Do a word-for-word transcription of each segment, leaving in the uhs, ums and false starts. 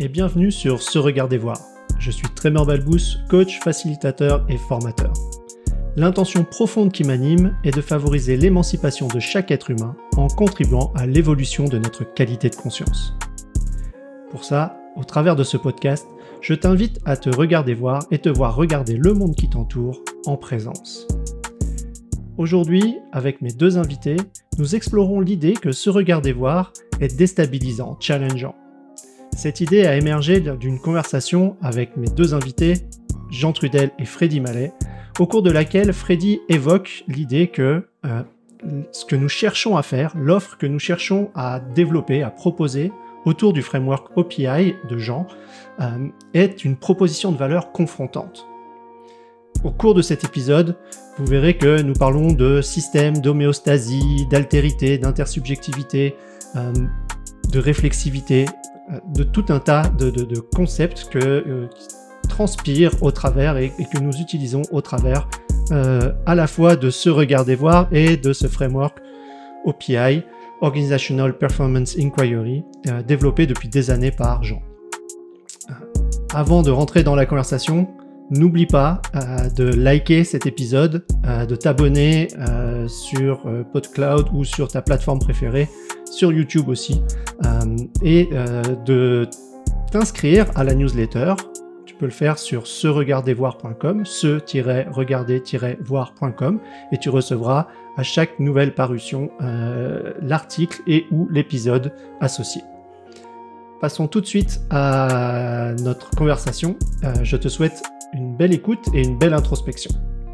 et bienvenue sur Se Regarder Voir. Je suis Tremor Balbous, coach, facilitateur et formateur. L'intention profonde qui m'anime est de favoriser l'émancipation de chaque être humain en contribuant à l'évolution de notre qualité de conscience. Pour ça, au travers de ce podcast, je t'invite à te regarder voir et te voir regarder le monde qui t'entoure en présence. Aujourd'hui, avec mes deux invités, nous explorons l'idée que se regarder voir est déstabilisant, challengeant. Cette idée a émergé d'une conversation avec mes deux invités, Jean Trudel et Freddy Mallet, au cours de laquelle Freddy évoque l'idée que euh, ce que nous cherchons à faire, l'offre que nous cherchons à développer, à proposer autour du framework O P I de Jean, euh, est une proposition de valeur confrontante. Au cours de cet épisode, vous verrez que nous parlons de système, d'homéostasie, d'altérité, d'intersubjectivité, euh, de réflexivité, euh, de tout un tas de, de, de concepts que, euh, qui transpirent au travers et, et que nous utilisons au travers euh, à la fois de ce regarder voir et de ce framework O P I, Organizational Performance Inquiry, euh, développé depuis des années par Jean. Euh, avant de rentrer dans la conversation, n'oublie pas euh, de liker cet épisode, euh, de t'abonner euh, sur euh, PodCloud ou sur ta plateforme préférée, sur YouTube aussi, euh, et euh, de t'inscrire à la newsletter. Tu peux le faire sur se regarder voir point com, se regarder voir point com, et tu recevras à chaque nouvelle parution euh, l'article et ou l'épisode associé. Passons tout de suite à notre conversation. Euh, je te souhaite une belle écoute et une belle introspection.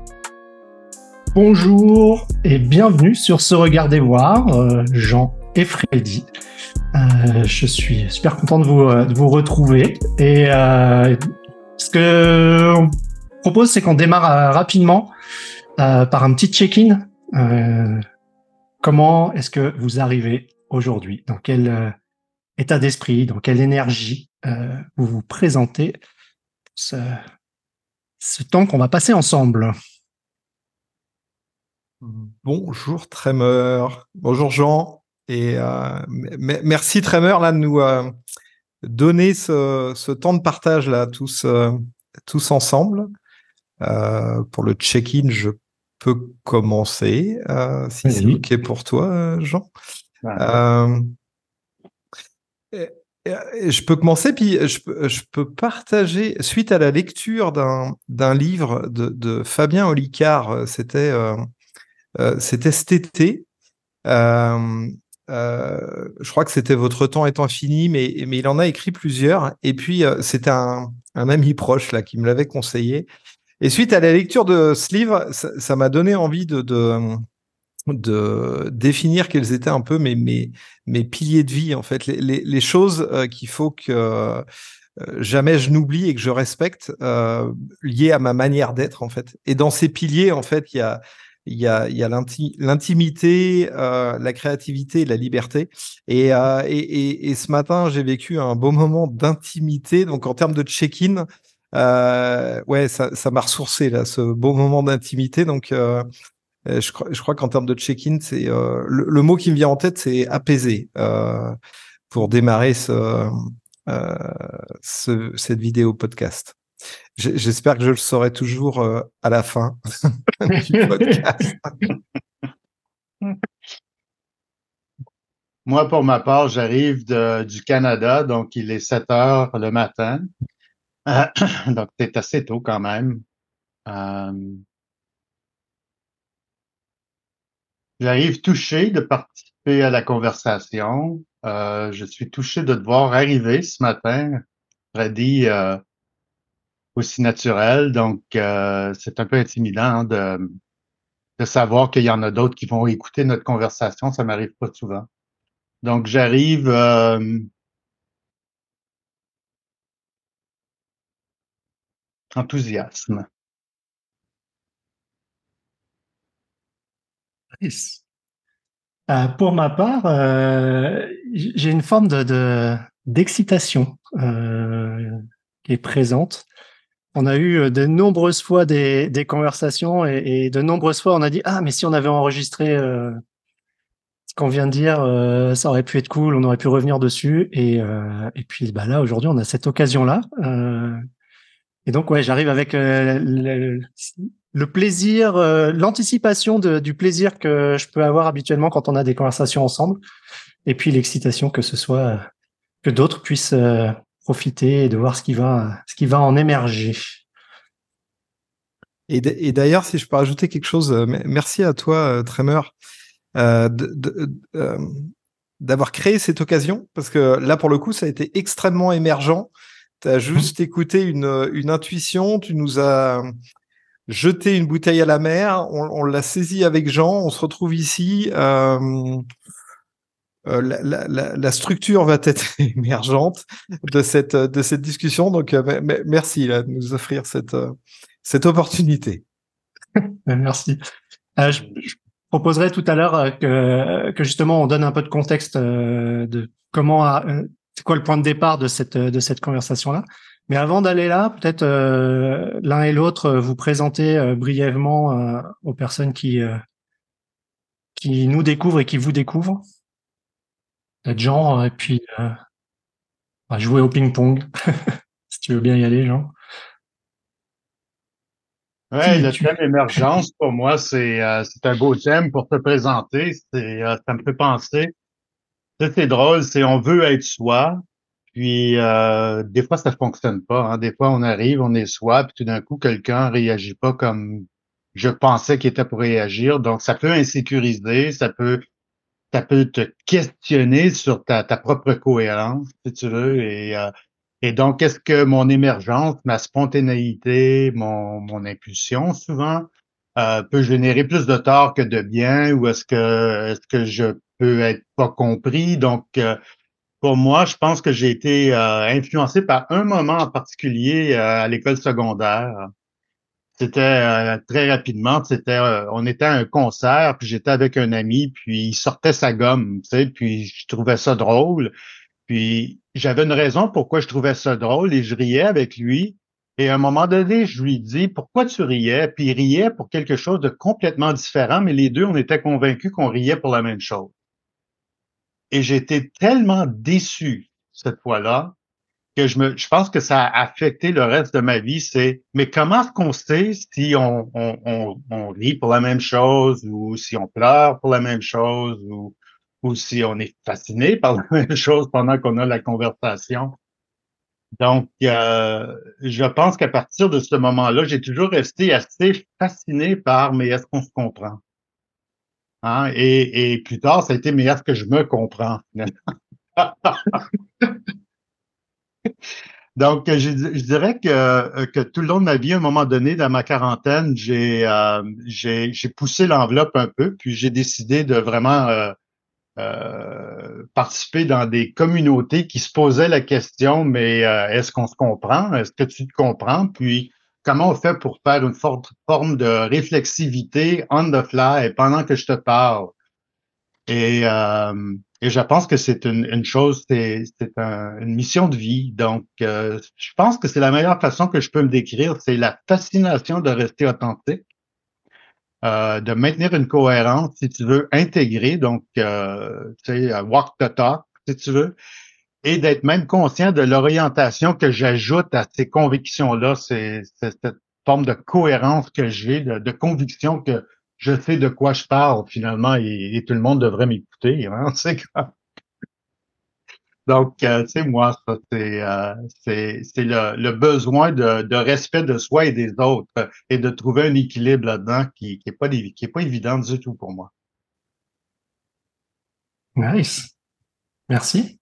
Bonjour et bienvenue sur Se Regarder Voir, euh, Jean et Freddy. Euh, je suis super content de vous, de vous retrouver. Et euh, ce que on propose, c'est qu'on démarre euh, rapidement euh, par un petit check-in. Euh, comment est-ce que vous arrivez aujourd'hui? Dans quel euh, état d'esprit, dans quelle énergie euh, vous vous présentez ce, ce temps qu'on va passer ensemble? Bonjour Tremor, bonjour Jean, et euh, m- merci Tremor là de nous euh, donner ce, ce temps de partage là tous, euh, tous ensemble. Euh, pour le check-in, je peux commencer euh, si Oui. c'est ok pour toi, Jean. Ouais. Euh, et, et je peux commencer, puis je peux, je peux partager, suite à la lecture d'un, d'un livre de, de Fabien Olicard, c'était, euh, euh, c'était cet été. Euh, euh, je crois que c'était Votre temps est infini, mais, mais il en a écrit plusieurs. Et puis, euh, c'était un, un ami proche là, qui me l'avait conseillé. Et suite à la lecture de ce livre, ça, ça m'a donné envie de, de, de définir quels étaient un peu mes, mes, mes piliers de vie, en fait, les, les, les choses euh, qu'il faut que euh, jamais je n'oublie et que je respecte, euh, liées à ma manière d'être, en fait. Et dans ces piliers, en fait, il y a Il y a, il y a l'inti- l'intimité, euh, la créativité et la liberté. Et, euh, et, et, et ce matin, j'ai vécu un beau moment d'intimité. Donc, en termes de check-in, euh, ouais, ça, ça m'a ressourcé, là, ce beau moment d'intimité. Donc, euh, je, crois, je crois qu'en termes de check-in, c'est, euh, le, le mot qui me vient en tête, c'est apaisé, euh, pour démarrer ce, euh, ce, cette vidéo podcast. J'espère que je le saurai toujours euh, à la fin du podcast. Moi, pour ma part, j'arrive de- du Canada, donc il est sept heures le matin. Euh, donc, c'est assez tôt quand même. Euh, j'arrive touché de participer à la conversation. Euh, je suis touché de te voir arriver ce matin, Freddy, euh, aussi naturel. Donc, euh, c'est un peu intimidant hein, de, de savoir qu'il y en a d'autres qui vont écouter notre conversation. Ça m'arrive pas souvent. Donc, j'arrive... euh, enthousiasme. Nice. Euh, pour ma part, euh, j'ai une forme de, de d'excitation euh, qui est présente. On a eu de nombreuses fois des, des conversations et, et de nombreuses fois on a dit ah mais si on avait enregistré euh, ce qu'on vient de dire, euh, ça aurait pu être cool, on aurait pu revenir dessus. Et, euh, et puis bah là, aujourd'hui, on a cette occasion-là. Euh, et donc, ouais, j'arrive avec euh, le, le plaisir, euh, l'anticipation de, du plaisir que je peux avoir habituellement quand on a des conversations ensemble. Et puis l'excitation que ce soit, que d'autres puissent euh, profiter et de voir ce qui va, ce qui va en émerger. Et, d- et d'ailleurs, si je peux rajouter quelque chose, euh, m- merci à toi, euh, Tremor, euh, de- de- euh, d'avoir créé cette occasion, parce que là, pour le coup, ça a été extrêmement émergent. Tu as juste écouté une, une intuition, tu nous as jeté une bouteille à la mer, on, on l'a saisi avec Jean, on se retrouve ici. Euh, euh, la, la, la, la structure va être émergente de cette, de cette discussion, donc euh, m- m- merci là, de nous offrir cette, euh, cette opportunité. Merci. Euh, je, je proposerai tout à l'heure euh, que, que justement on donne un peu de contexte euh, de comment, a- euh, c'est quoi le point de départ de cette de cette conversation-là. Mais avant d'aller là, peut-être euh, l'un et l'autre euh, vous présenter euh, brièvement euh, aux personnes qui euh, qui nous découvrent et qui vous découvrent. Peut-être Jean, euh, et puis euh, on va jouer au ping-pong, si tu veux bien y aller, Jean. Ouais, Qui le es-tu? thème émergence, pour moi, c'est euh, c'est un beau thème pour te présenter. C'est euh, ça me fait penser. Ça, c'est drôle, c'est on veut être soi, puis euh, des fois ça fonctionne pas. Hein. Des fois on arrive, on est soi, puis tout d'un coup quelqu'un réagit pas comme je pensais qu'il était pour réagir. Donc ça peut insécuriser, ça peut ça peut te questionner sur ta, ta propre cohérence, si tu veux. Et, euh, et donc, est-ce que mon émergence, ma spontanéité, mon, mon impulsion, souvent, euh, peut générer plus de tort que de bien, ou est-ce que est-ce que je peux être pas compris? Donc, euh, pour moi, je pense que j'ai été euh, influencé par un moment en particulier euh, à l'école secondaire. C'était euh, très rapidement, c'était, euh, on était à un concert, puis j'étais avec un ami, puis il sortait sa gomme, tu sais, puis je trouvais ça drôle. Puis j'avais une raison pourquoi je trouvais ça drôle et je riais avec lui. Et à un moment donné, je lui dis, pourquoi tu riais? Puis il riait pour quelque chose de complètement différent, mais les deux, on était convaincus qu'on riait pour la même chose. Et j'étais tellement déçu cette fois-là que je me, je pense que ça a affecté le reste de ma vie, c'est, mais comment est-ce qu'on sait si on, on, on, on rit pour la même chose ou si on pleure pour la même chose ou, ou si on est fasciné par la même chose pendant qu'on a la conversation? Donc, euh, je pense qu'à partir de ce moment-là, j'ai toujours resté assez fasciné par, mais est-ce qu'on se comprend? Hein? Et, et plus tard, ça a été, mais est-ce que je me comprends? Donc, je, je dirais que, euh, que tout le long de ma vie, à un moment donné, dans ma quarantaine, j'ai euh, j'ai j'ai poussé l'enveloppe un peu, puis j'ai décidé de vraiment euh, euh, participer dans des communautés qui se posaient la question, mais euh, est-ce qu'on se comprend? Est-ce que tu te comprends? Puis, comment on fait pour faire une forte forme de réflexivité on the fly pendant que je te parle? Et, euh, et je pense que c'est une, une chose, c'est, c'est un- une mission de vie. Donc, euh, je pense que c'est la meilleure façon que je peux me décrire, c'est la fascination de rester authentique, euh, de maintenir une cohérence, si tu veux, intégrée, donc, euh, tu sais, euh, walk the talk, si tu veux, et d'être même conscient de l'orientation que j'ajoute à ces convictions-là, c'est, c'est cette forme de cohérence que j'ai, de, de conviction que je sais de quoi je parle finalement et, et tout le monde devrait m'écouter. Hein, c'est comme- Donc, euh, tu sais, moi, ça, c'est, euh, c'est, c'est le, le besoin de, de respect de soi et des autres euh, et de trouver un équilibre là-dedans qui, qui est pas, des- qui est pas évident du tout pour moi. Nice. Merci.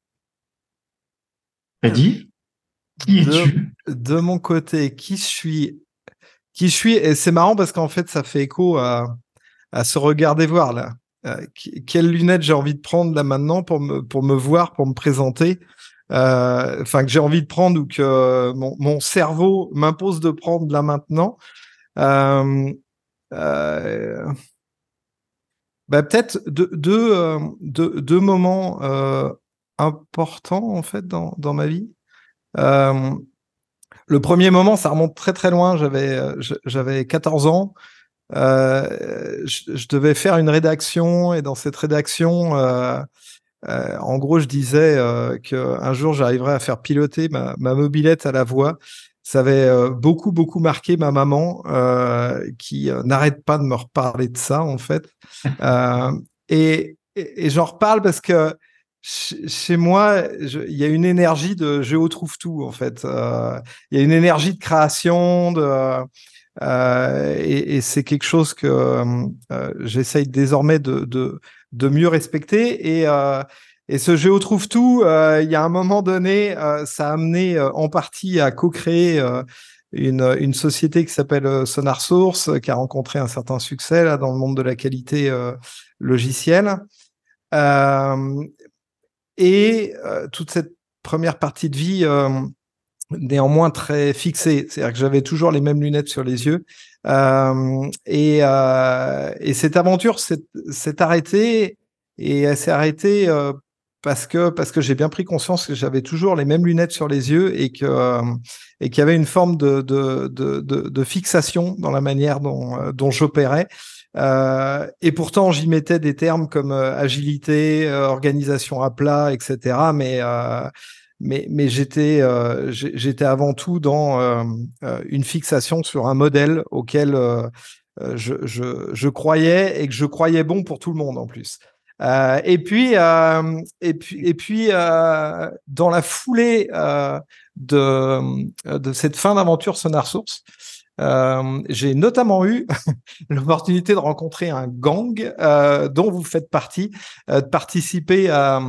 Eddie, qui De, es-tu? de mon côté, qui je suis, qui je suis, et c'est marrant parce qu'en fait, ça fait écho à, à ce regarder voir là. Euh, qui- quelles lunettes j'ai envie de prendre là maintenant pour me, pour me voir, pour me présenter. Euh, Enfin, que j'ai envie de prendre ou que mon, mon cerveau m'impose de prendre là maintenant. Euh, euh, bah, peut-être deux, deux, euh, deux, deux moments euh, importants en fait dans, dans ma vie. Euh, Le premier moment, ça remonte très très loin. J'avais euh, je- j'avais quatorze ans. euh, je, je devais faire une rédaction et dans cette rédaction, euh, euh, en gros, je disais euh, qu'un jour j'arriverais à faire piloter ma, ma mobilette à la voix. Ça avait euh, beaucoup, beaucoup marqué ma maman euh, qui euh, n'arrête pas de me reparler de ça, en fait. Euh, et et, et j'en reparle parce que ch- chez moi, je- il y a une énergie de Géo trouve tout, en fait. Euh, Il y a une énergie de création, de, euh, et, et c'est quelque chose que euh, j'essaye désormais de, de, de mieux respecter. Et, euh, et ce Géo trouve tout, euh, il y a un moment donné, euh, ça a amené euh, en partie à co-créer euh, une, une société qui s'appelle euh, Sonar Source, qui a rencontré un certain succès là, dans le monde de la qualité euh, logicielle. Euh, et euh, toute cette première partie de vie, euh, néanmoins très fixée. C'est-à-dire que j'avais toujours les mêmes lunettes sur les yeux. Euh, et, euh, et cette aventure s'est, s'est arrêtée et elle s'est arrêtée euh, parce que parce que j'ai bien pris conscience que j'avais toujours les mêmes lunettes sur les yeux et que euh, et qu'il y avait une forme de de, de, de, de fixation dans la manière dont euh, dont j'opérais. Euh, et pourtant, j'y mettais des termes comme euh, agilité, euh, organisation à plat, et cetera. Mais euh, mais, mais j'étais, euh, j'ai- j'étais avant tout dans euh, euh, une fixation sur un modèle auquel euh, euh, je, je, je croyais et que je croyais bon pour tout le monde en plus. Euh, et puis, euh, et puis, et puis euh, dans la foulée euh, de, de cette fin d'aventure Sonar Source, euh, j'ai notamment eu l'opportunité de rencontrer un gang euh, dont vous faites partie, euh, de participer à,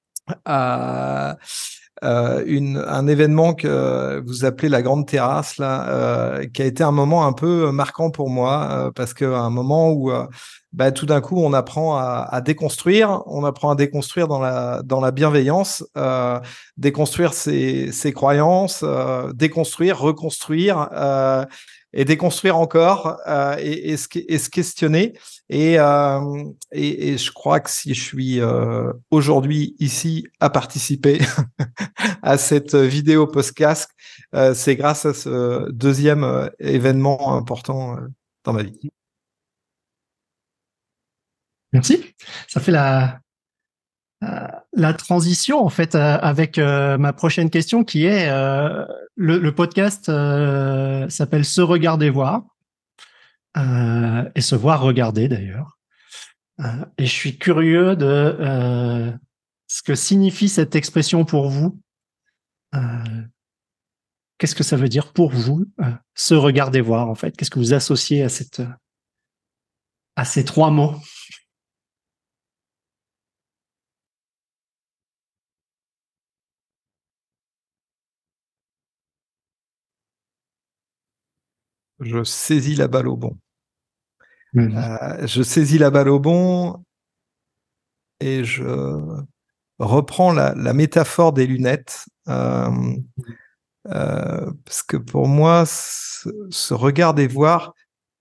à euh, une, un événement que vous appelez la Grande Terrasse, là, euh, qui a été un moment un peu marquant pour moi, euh, parce qu'à un moment où euh, bah, tout d'un coup on apprend à, à déconstruire, on apprend à déconstruire dans la, dans la bienveillance, euh, déconstruire ses, ses croyances, euh, déconstruire, reconstruire. Euh, et déconstruire encore euh, et, et, se, et se questionner. Et, euh, et, et je crois que si je suis euh, aujourd'hui ici à participer à cette vidéo podcast, euh, c'est grâce à ce deuxième euh, événement important euh, dans ma vie. Merci. Ça fait la, euh, la transition en fait euh, avec euh, ma prochaine question qui est euh, le, le podcast euh, s'appelle Se regarder voir euh, et se voir regarder d'ailleurs. Euh, et je suis curieux de euh, ce que signifie cette expression pour vous. Euh, Qu'est-ce que ça veut dire pour vous, euh, se regarder voir en fait? Qu'est-ce que vous associez à cette à ces trois mots? Je saisis la balle au bon. Mmh. Euh, je saisis la balle au bon et je reprends la, la métaphore des lunettes. Euh, euh, parce que pour moi, ce, ce regarder voir,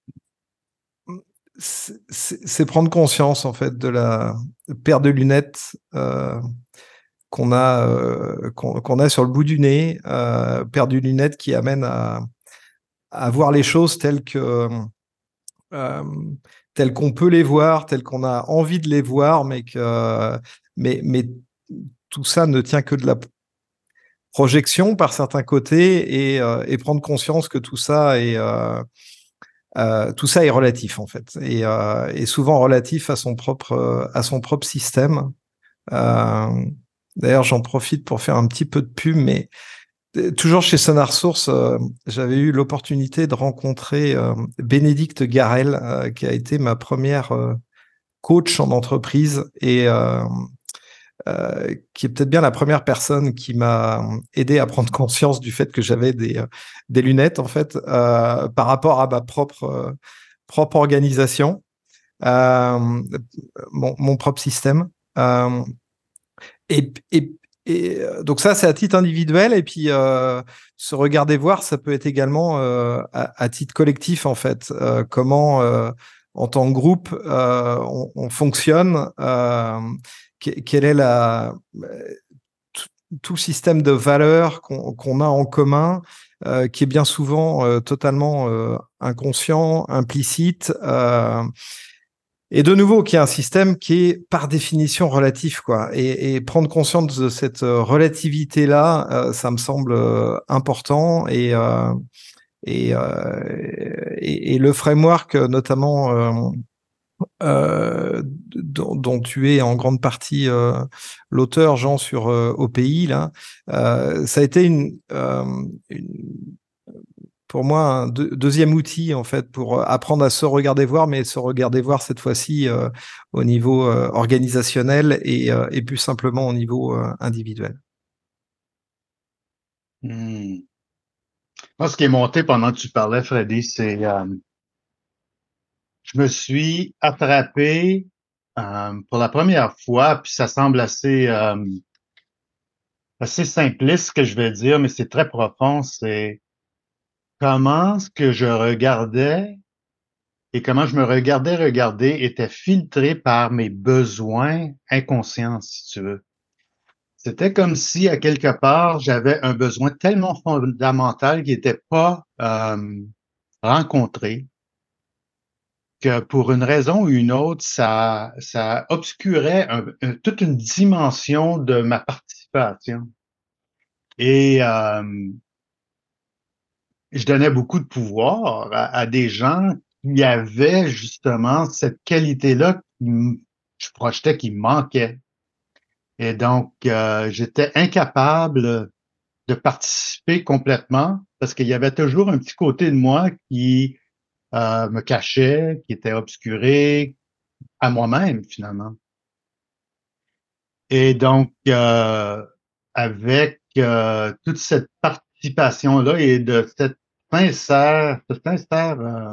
c'est c'est prendre conscience en fait de la paire de lunettes euh, qu'on a euh, qu'on qu'on a sur le bout du nez, euh, paire de lunettes qui amène à, à voir les choses telles que euh, telles qu'on peut les voir, telles qu'on a envie de les voir, mais que mais mais tout ça ne tient que de la projection par certains côtés et, euh, et prendre conscience que tout ça est euh, Euh, tout ça est relatif en fait, et, euh, et souvent relatif à son propre euh, à son propre système. Euh, D'ailleurs, j'en profite pour faire un petit peu de pub, mais euh, toujours chez Sonar Source, euh, j'avais eu l'opportunité de rencontrer euh, Bénédicte Garel, euh, qui a été ma première euh, coach en entreprise et euh, euh, qui est peut-être bien la première personne qui m'a aidé à prendre conscience du fait que j'avais des, euh, des lunettes en fait euh, par rapport à ma propre euh, propre organisation, euh, mon, mon propre système. Euh, et, et, et donc ça, c'est à titre individuel. Et puis, euh, se regarder voir, ça peut être également euh, à, à titre collectif, en fait. Euh, comment, euh, en tant que groupe, euh, on, on fonctionne. Euh, que- quelle est la tout, tout le système de valeurs qu'on qu'on a en commun euh, qui est bien souvent euh, totalement euh, inconscient, implicite, euh, et de nouveau qui est un système qui est par définition relatif, quoi. Et, et prendre conscience de cette relativité-là, euh, ça me semble euh, important. Et, euh, et, euh, et, et le framework, notamment euh, euh, dont, dont tu es en grande partie euh, l'auteur, Jean, sur euh, O P I, là, euh, ça a été une, euh, une pour moi un deux, deuxième outil en fait pour apprendre à se regarder voir, mais se regarder voir cette fois-ci euh, au niveau euh, organisationnel et, euh, et plus simplement au niveau euh, individuel. Hmm. Moi, ce qui est monté pendant que tu parlais, Freddy, c'est euh, je me suis attrapé euh, pour la première fois, puis ça semble assez euh, assez simpliste ce que je vais dire, mais c'est très profond. C'est comment ce que je regardais et comment je me regardais regarder était filtré par mes besoins inconscients, si tu veux. C'était comme si, à quelque part, j'avais un besoin tellement fondamental qui n'était pas euh, rencontré, que pour une raison ou une autre, ça, ça obscurait un, un, toute une dimension de ma participation. Et euh, je donnais beaucoup de pouvoir à, à des gens qui avaient justement cette qualité-là que je projetais qui me manquait. Et donc, euh, j'étais incapable de participer complètement parce qu'il y avait toujours un petit côté de moi qui euh, me cachait, qui était obscuré à moi-même finalement. Et donc, euh, avec euh, toute cette participation-là et de cette sincère, ce sincère euh,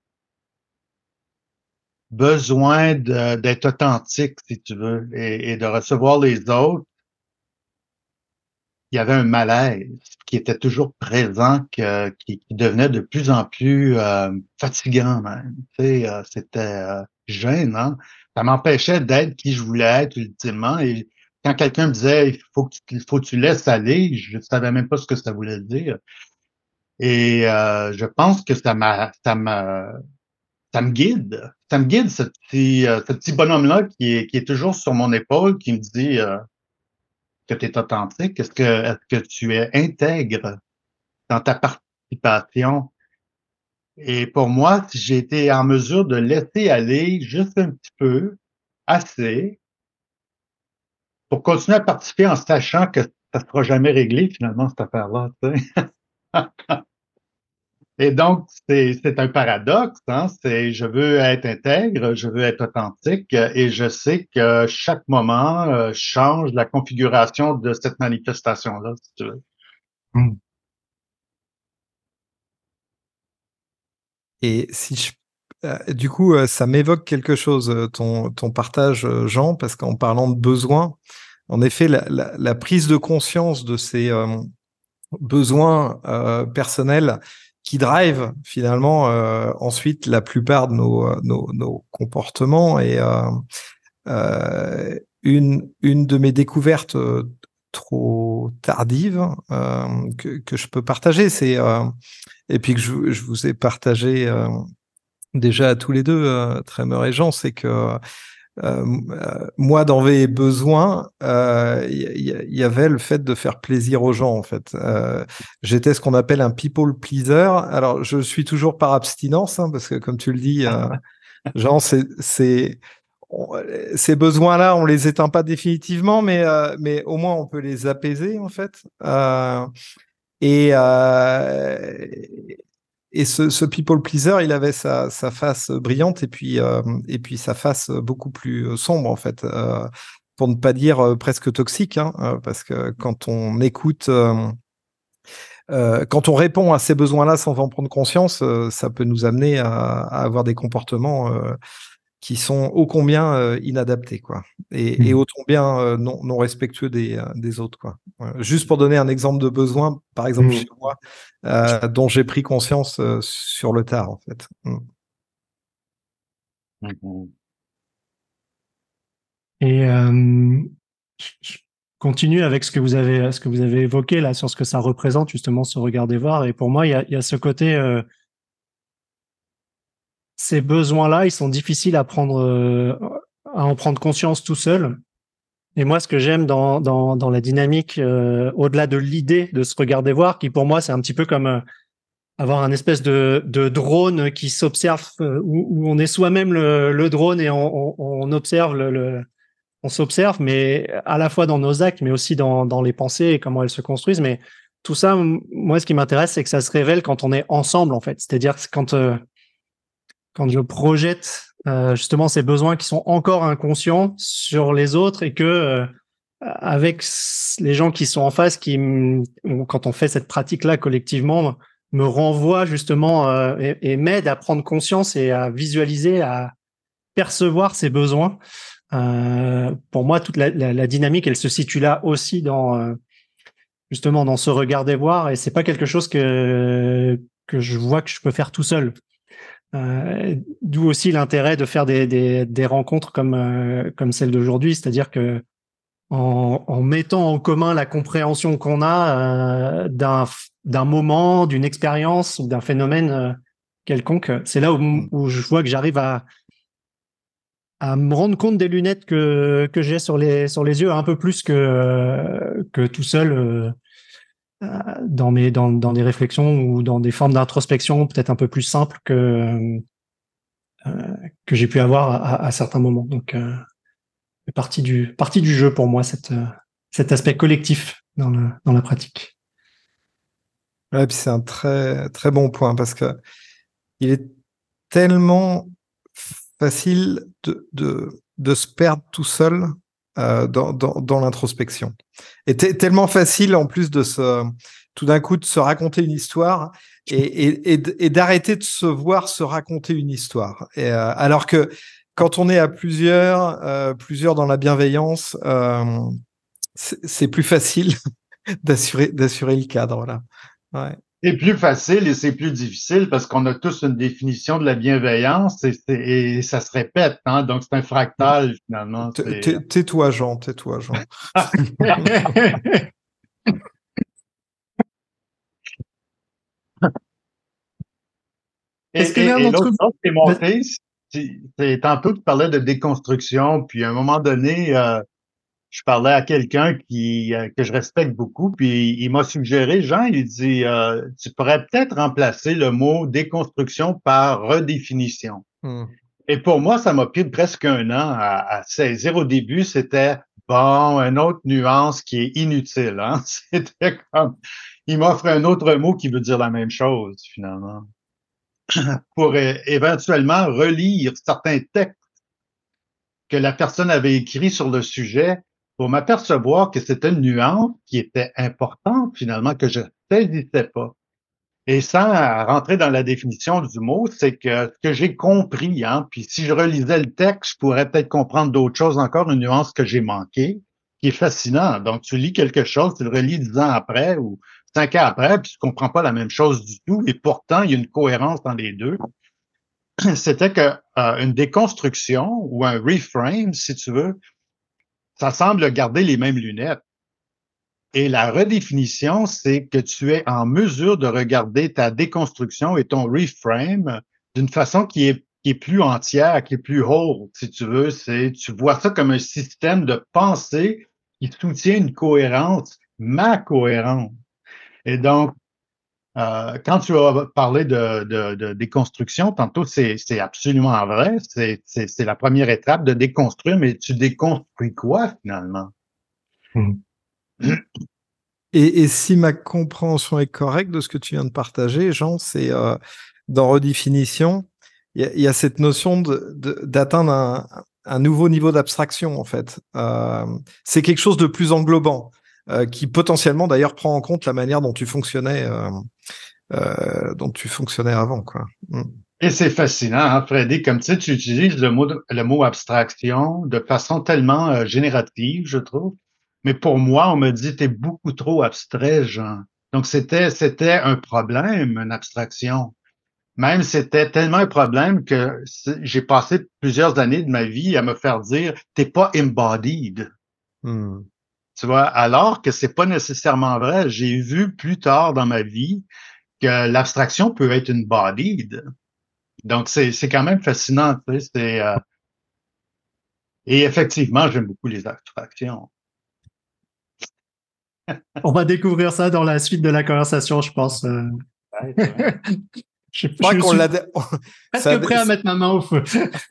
besoin de- d'être authentique, si tu veux, et, et de recevoir les autres, il y avait un malaise qui était toujours présent, que- qui, qui devenait de plus en plus euh, fatigant même. Tu sais, euh, c'était euh, gênant. Ça m'empêchait d'être qui je voulais être ultimement. Et quand quelqu'un me disait il faut que tu, il faut que tu laisses aller, je ne savais même pas ce que ça voulait dire. Et euh, je pense que ça m'a, ça m'a, ça me guide. Ça me guide ce petit, euh, ce petit bonhomme-là qui est, qui est toujours sur mon épaule, qui me dit euh, que tu es authentique. Est-ce que, est-ce que tu es intègre dans ta participation? Et pour moi, si j'ai été en mesure de laisser aller juste un petit peu, assez, pour continuer à participer en sachant que ça ne sera jamais réglé finalement, cette affaire-là. Tu sais. Et donc, c'est, c'est un paradoxe, hein? C'est je veux être intègre, je veux être authentique, et je sais que chaque moment euh, change la configuration de cette manifestation-là, si tu veux. Mm. Et si je euh, du coup, euh, ça m'évoque quelque chose, euh, ton, ton partage, euh, Jean, parce qu'en parlant de besoins, en effet, la, la, la prise de conscience de ces euh, besoins euh, personnels qui drive finalement euh, ensuite la plupart de nos, nos, nos comportements. Et euh, euh, une, une de mes découvertes euh, trop tardives euh, que, que je peux partager, c'est euh, et puis que je, je vous ai partagé euh, déjà à tous les deux, euh, Trémeur et Jean, c'est que euh, euh, moi, dans mes besoins, il euh, y, y, y avait le fait de faire plaisir aux gens, en fait. Euh, j'étais ce qu'on appelle un people pleaser. Alors, je suis toujours par abstinence, hein, parce que comme tu le dis, euh, Jean, c'est, c'est, on, ces besoins-là, on les éteint pas définitivement, mais, euh, mais au moins on peut les apaiser, en fait. Euh, et, euh, et ce, ce people pleaser, il avait sa, sa face brillante et puis, euh, et puis sa face beaucoup plus sombre, en fait, euh, pour ne pas dire euh, presque toxique, hein, euh, parce que quand on écoute, euh, euh, quand on répond à ces besoins-là sans en prendre conscience, euh, ça peut nous amener à, à avoir des comportements euh, qui sont ô combien euh, inadaptés, quoi, et, et Mmh. ô combien euh, non, non respectueux des, euh, des autres, quoi. Voilà. Juste pour donner un exemple de besoin, par exemple Mmh. chez moi, euh, dont j'ai pris conscience euh, sur le tard, en fait. Mm. Mhm. Et euh, je, continue avec ce que vous avez, ce que vous avez évoqué là sur ce que ça représente justement ce regard des voir. Et pour moi, il y a, il y a ce côté, euh, ces besoins-là, ils sont difficiles à prendre, euh, à en prendre conscience tout seul. Et moi, ce que j'aime dans dans dans la dynamique, euh, au-delà de l'idée de se regarder voir, qui pour moi c'est un petit peu comme euh, avoir un espèce de de drone qui s'observe, euh, où, où on est soi-même le, le drone et on, on, on observe le, le on s'observe, mais à la fois dans nos actes, mais aussi dans, dans les pensées et comment elles se construisent. Mais tout ça, moi, ce qui m'intéresse, c'est que ça se révèle quand on est ensemble, en fait. C'est-à-dire quand euh, quand je projette euh, justement ces besoins qui sont encore inconscients sur les autres et que euh, avec les gens qui sont en face, qui, quand on fait cette pratique-là collectivement, me renvoient justement euh, et, et m'aident à prendre conscience et à visualiser, à percevoir ces besoins. Euh, pour moi, toute la, la, la dynamique, elle se situe là aussi dans euh, justement dans ce regarder voir, et c'est pas quelque chose que que je vois que je peux faire tout seul. Euh, d'où aussi l'intérêt de faire des des, des rencontres comme euh, comme celle d'aujourd'hui, c'est-à-dire que en, en mettant en commun la compréhension qu'on a euh, d'un d'un moment, d'une expérience ou d'un phénomène euh, quelconque, c'est là où, où je vois que j'arrive à à me rendre compte des lunettes que que j'ai sur les sur les yeux un peu plus que que tout seul euh, dans mes dans dans des réflexions ou dans des formes d'introspection peut-être un peu plus simples que euh, que j'ai pu avoir à, à certains moments. Donc euh, c'est partie du partie du jeu pour moi, cette euh, cet aspect collectif dans le dans la pratique. Ouais, puis c'est un très très bon point parce que il est tellement facile de, de, de se perdre tout seul euh, dans, dans, dans l'introspection. Et t- tellement facile en plus de se, tout d'un coup de se raconter une histoire et, et, et, et d'arrêter de se voir se raconter une histoire. Et, euh, alors que quand on est à plusieurs, euh, plusieurs dans la bienveillance, euh, c'est, c'est plus facile d'assurer, d'assurer le cadre. Là. Ouais. C'est plus facile et c'est plus difficile parce qu'on a tous une définition de la bienveillance et, c'est- et ça se répète, hein? Donc c'est un fractal finalement. T- C'est... t- Tais-toi, Jean, tais-toi, Jean. Et, Est-ce que l'un et, et d'entre l'autre vous... chose qui est montée, c'est, c'est tantôt tu parlais de déconstruction, puis à un moment donné, euh, je parlais à quelqu'un qui euh, que je respecte beaucoup, puis il m'a suggéré, Jean, il dit, euh, tu pourrais peut-être remplacer le mot déconstruction par redéfinition. Hmm. Et pour moi, ça m'a pris presque un an à, à saisir. Au début, c'était bon, une autre nuance qui est inutile. Hein? C'était comme, il m'offre un autre mot qui veut dire la même chose finalement, pour euh, éventuellement relire certains textes que la personne avait écrits sur le sujet pour m'apercevoir que c'était une nuance qui était importante finalement que je ne saisissais pas. Et sans rentrer dans la définition du mot, c'est que ce que j'ai compris, hein, puis si je relisais le texte, je pourrais peut-être comprendre d'autres choses encore, une nuance que j'ai manquée, qui est fascinant. Donc, tu lis quelque chose, tu le relis dix ans après ou cinq ans après, puis tu comprends pas la même chose du tout, et pourtant, il y a une cohérence dans les deux. C'était que euh, une déconstruction ou un reframe, si tu veux, ça semble garder les mêmes lunettes. Et la redéfinition, c'est que tu es en mesure de regarder ta déconstruction et ton reframe d'une façon qui est, qui est plus entière, qui est plus whole, si tu veux. C'est, tu vois ça comme un système de pensée qui soutient une cohérence, ma cohérence. Et donc, euh, quand tu as parlé de, de, de déconstruction, tantôt, c'est, c'est absolument vrai. C'est, c'est, c'est la première étape de déconstruire, mais tu déconstruis quoi finalement? Mmh. Et, et si ma compréhension est correcte de ce que tu viens de partager, Jean, c'est euh, dans redéfinition, il y, y a cette notion de, de, d'atteindre un, un nouveau niveau d'abstraction, en fait. Euh, c'est quelque chose de plus englobant, euh, qui potentiellement d'ailleurs prend en compte la manière dont tu fonctionnais, euh, euh, dont tu fonctionnais avant, quoi. Mm. Et c'est fascinant, hein, Freddy, comme tu sais, tu utilises le mot, le mot abstraction de façon tellement euh, générative, je trouve. Mais pour moi, on me dit, t'es beaucoup trop abstrait, Jean. Donc, c'était, c'était un problème, une abstraction. Même, c'était tellement un problème que j'ai passé plusieurs années de ma vie à me faire dire, t'es pas embodied. Mm. Tu vois, alors que c'est pas nécessairement vrai. J'ai vu plus tard dans ma vie que l'abstraction peut être une bodied. Donc, c'est, c'est quand même fascinant, tu sais, c'est, euh, et effectivement, j'aime beaucoup les abstractions. On va découvrir ça dans la suite de la conversation, je pense. Euh, Ouais, ouais. je, Je crois je qu'on suis l'a. dé- presque ça- prêt à mettre ma main au feu.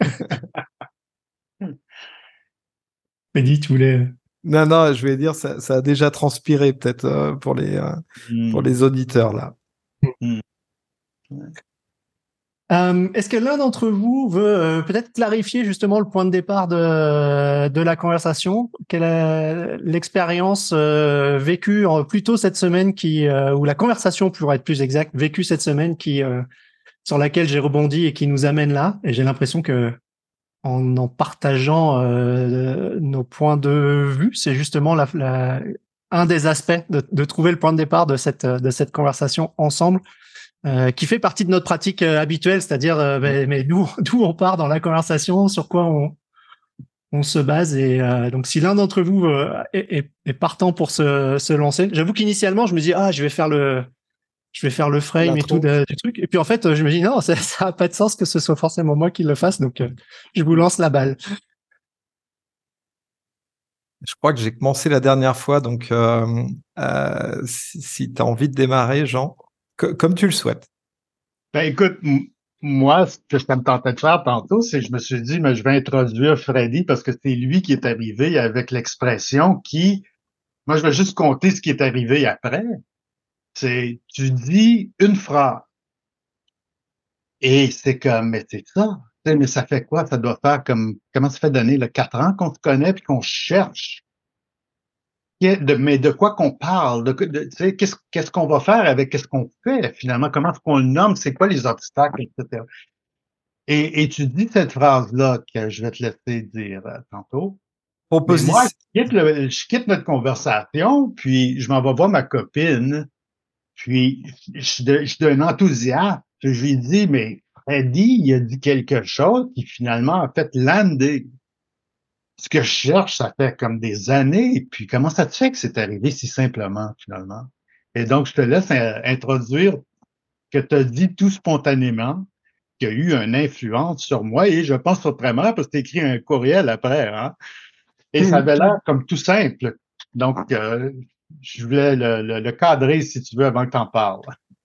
Mais dis, tu voulais... Non, non, je vais dire, ça, ça a déjà transpiré peut-être euh, pour les euh, pour Hmm, les auditeurs là. hmm. Euh, est-ce que l'un d'entre vous veut euh, peut-être clarifier justement le point de départ de, de la conversation? Quelle est l'expérience euh, vécue en, plus tôt cette semaine qui, euh, ou la conversation pour être plus exact, vécue cette semaine qui, euh, sur laquelle j'ai rebondi et qui nous amène là? Et j'ai l'impression que en en partageant euh, nos points de vue, c'est justement la, la, un des aspects de, de trouver le point de départ de cette, de cette conversation ensemble. Euh, qui fait partie de notre pratique euh, habituelle, c'est-à-dire euh, mais, mais d'où d'où on part dans la conversation, sur quoi on, on se base. Et euh, donc, si l'un d'entre vous euh, est, est, est partant pour se, se lancer, j'avoue qu'initialement, je me dis ah, je vais faire le je vais faire le frame et tout L'intro. de, du truc. Et puis en fait, je me dis non, ça, ça a pas de sens que ce soit forcément moi qui le fasse. Donc, euh, je vous lance la balle. Je crois que j'ai commencé la dernière fois, donc euh, euh, si, si tu as envie de démarrer, Jean, co- comme tu le souhaites. Ben, écoute, m- moi, ce que ça me tentait de faire tantôt, c'est que je me suis dit, mais je vais introduire Freddy parce que c'est lui qui est arrivé avec l'expression qui, moi, je vais juste compter ce qui est arrivé après. C'est, tu dis une phrase et c'est comme, mais c'est ça. Tu sais, mais ça fait quoi? Ça doit faire comme, comment ça fait donner, là, quatre ans qu'on se connaît puis qu'on cherche. Que- de- mais de quoi qu'on parle? De, de- tu sais, qu'est-ce, qu'est-ce qu'on va faire avec qu'est-ce qu'on fait finalement? Comment est-ce qu'on le nomme? C'est quoi les obstacles, et cetera. Et, et tu dis cette phrase-là que je vais te laisser dire euh, tantôt. Mais moi, Proposition. je quitte, le- je quitte notre conversation, puis je m'en vais voir ma copine, puis je suis de- je suis d'un enthousiasme. Puis je lui dis, mais Freddy, il a dit quelque chose qui finalement a fait lander. Ce que je cherche, ça fait comme des années, et puis comment ça te fait que c'est arrivé si simplement, finalement? Et donc, je te laisse euh, introduire que tu as dit tout spontanément, qui a eu une influence sur moi, et je pense vraiment parce que tu as écrit un courriel après, hein? Et ça avait l'air comme tout simple. Donc, euh, je voulais le, le, le cadrer, si tu veux, avant que tu en parles.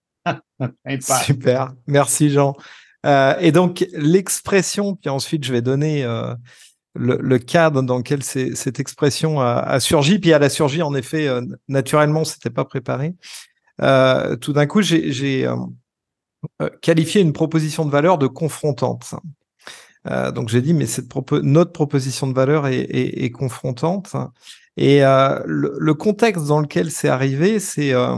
Impact. Super, merci Jean. Euh, et donc l'expression, puis ensuite je vais donner euh, le, le cadre dans lequel c'est- cette expression a, a surgi, puis elle a surgi en effet euh, naturellement, c'était pas préparé. Euh, tout d'un coup, j'ai j'ai, euh, euh, qualifié une proposition de valeur de confrontante. Euh, donc j'ai dit, mais cette propo- notre proposition de valeur est, est- est confrontante. Et euh, le, le contexte dans lequel c'est arrivé, c'est euh,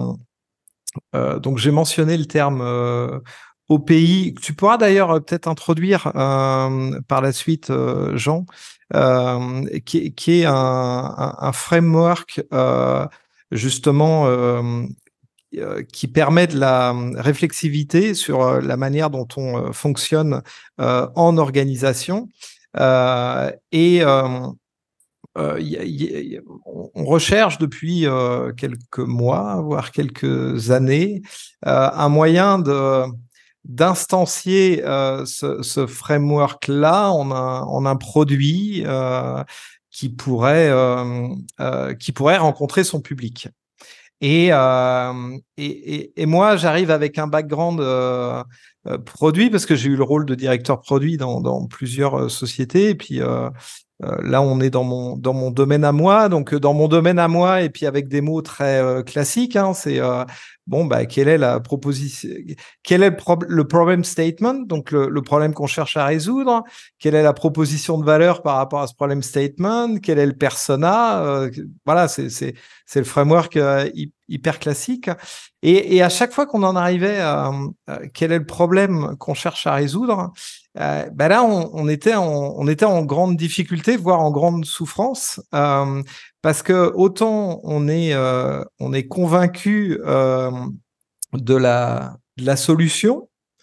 euh, donc j'ai mentionné le terme euh, O P I. Tu pourras d'ailleurs euh, peut-être introduire euh, par la suite, euh, Jean, euh, qui, qui est un, un, un framework euh, justement euh, euh, qui permet de la réflexivité sur euh, la manière dont on euh, fonctionne euh, en organisation. Euh, et euh, euh, y a- y a- on recherche depuis euh, quelques mois, voire quelques années, euh, un moyen de d'instancier euh, ce, ce framework-là en un, en un produit euh, qui pourrait euh, euh, qui pourrait rencontrer son public. Et, euh, et, et, et moi, j'arrive avec un background euh, euh, produit parce que j'ai eu le rôle de directeur produit dans, dans plusieurs euh, sociétés. Et puis euh, euh, là, on est dans mon dans mon domaine à moi. Donc euh, dans mon domaine à moi, et puis avec des mots très euh, classiques, hein, c'est euh, bon, bah quelle est la proposition, quel est le, pro le problem statement, donc le, le problème qu'on cherche à résoudre. Quelle est la proposition de valeur par rapport à ce problem statement? Quel est le persona? euh, Voilà, c'est c'est c'est le framework euh, hyper classique. Et, et à chaque fois qu'on en arrivait à, à quel est le problème qu'on cherche à résoudre, euh, ben là, on, on, était en, on était en grande difficulté, voire en grande souffrance, euh, parce que autant on est, euh, on est convaincu euh, de, la, de la solution,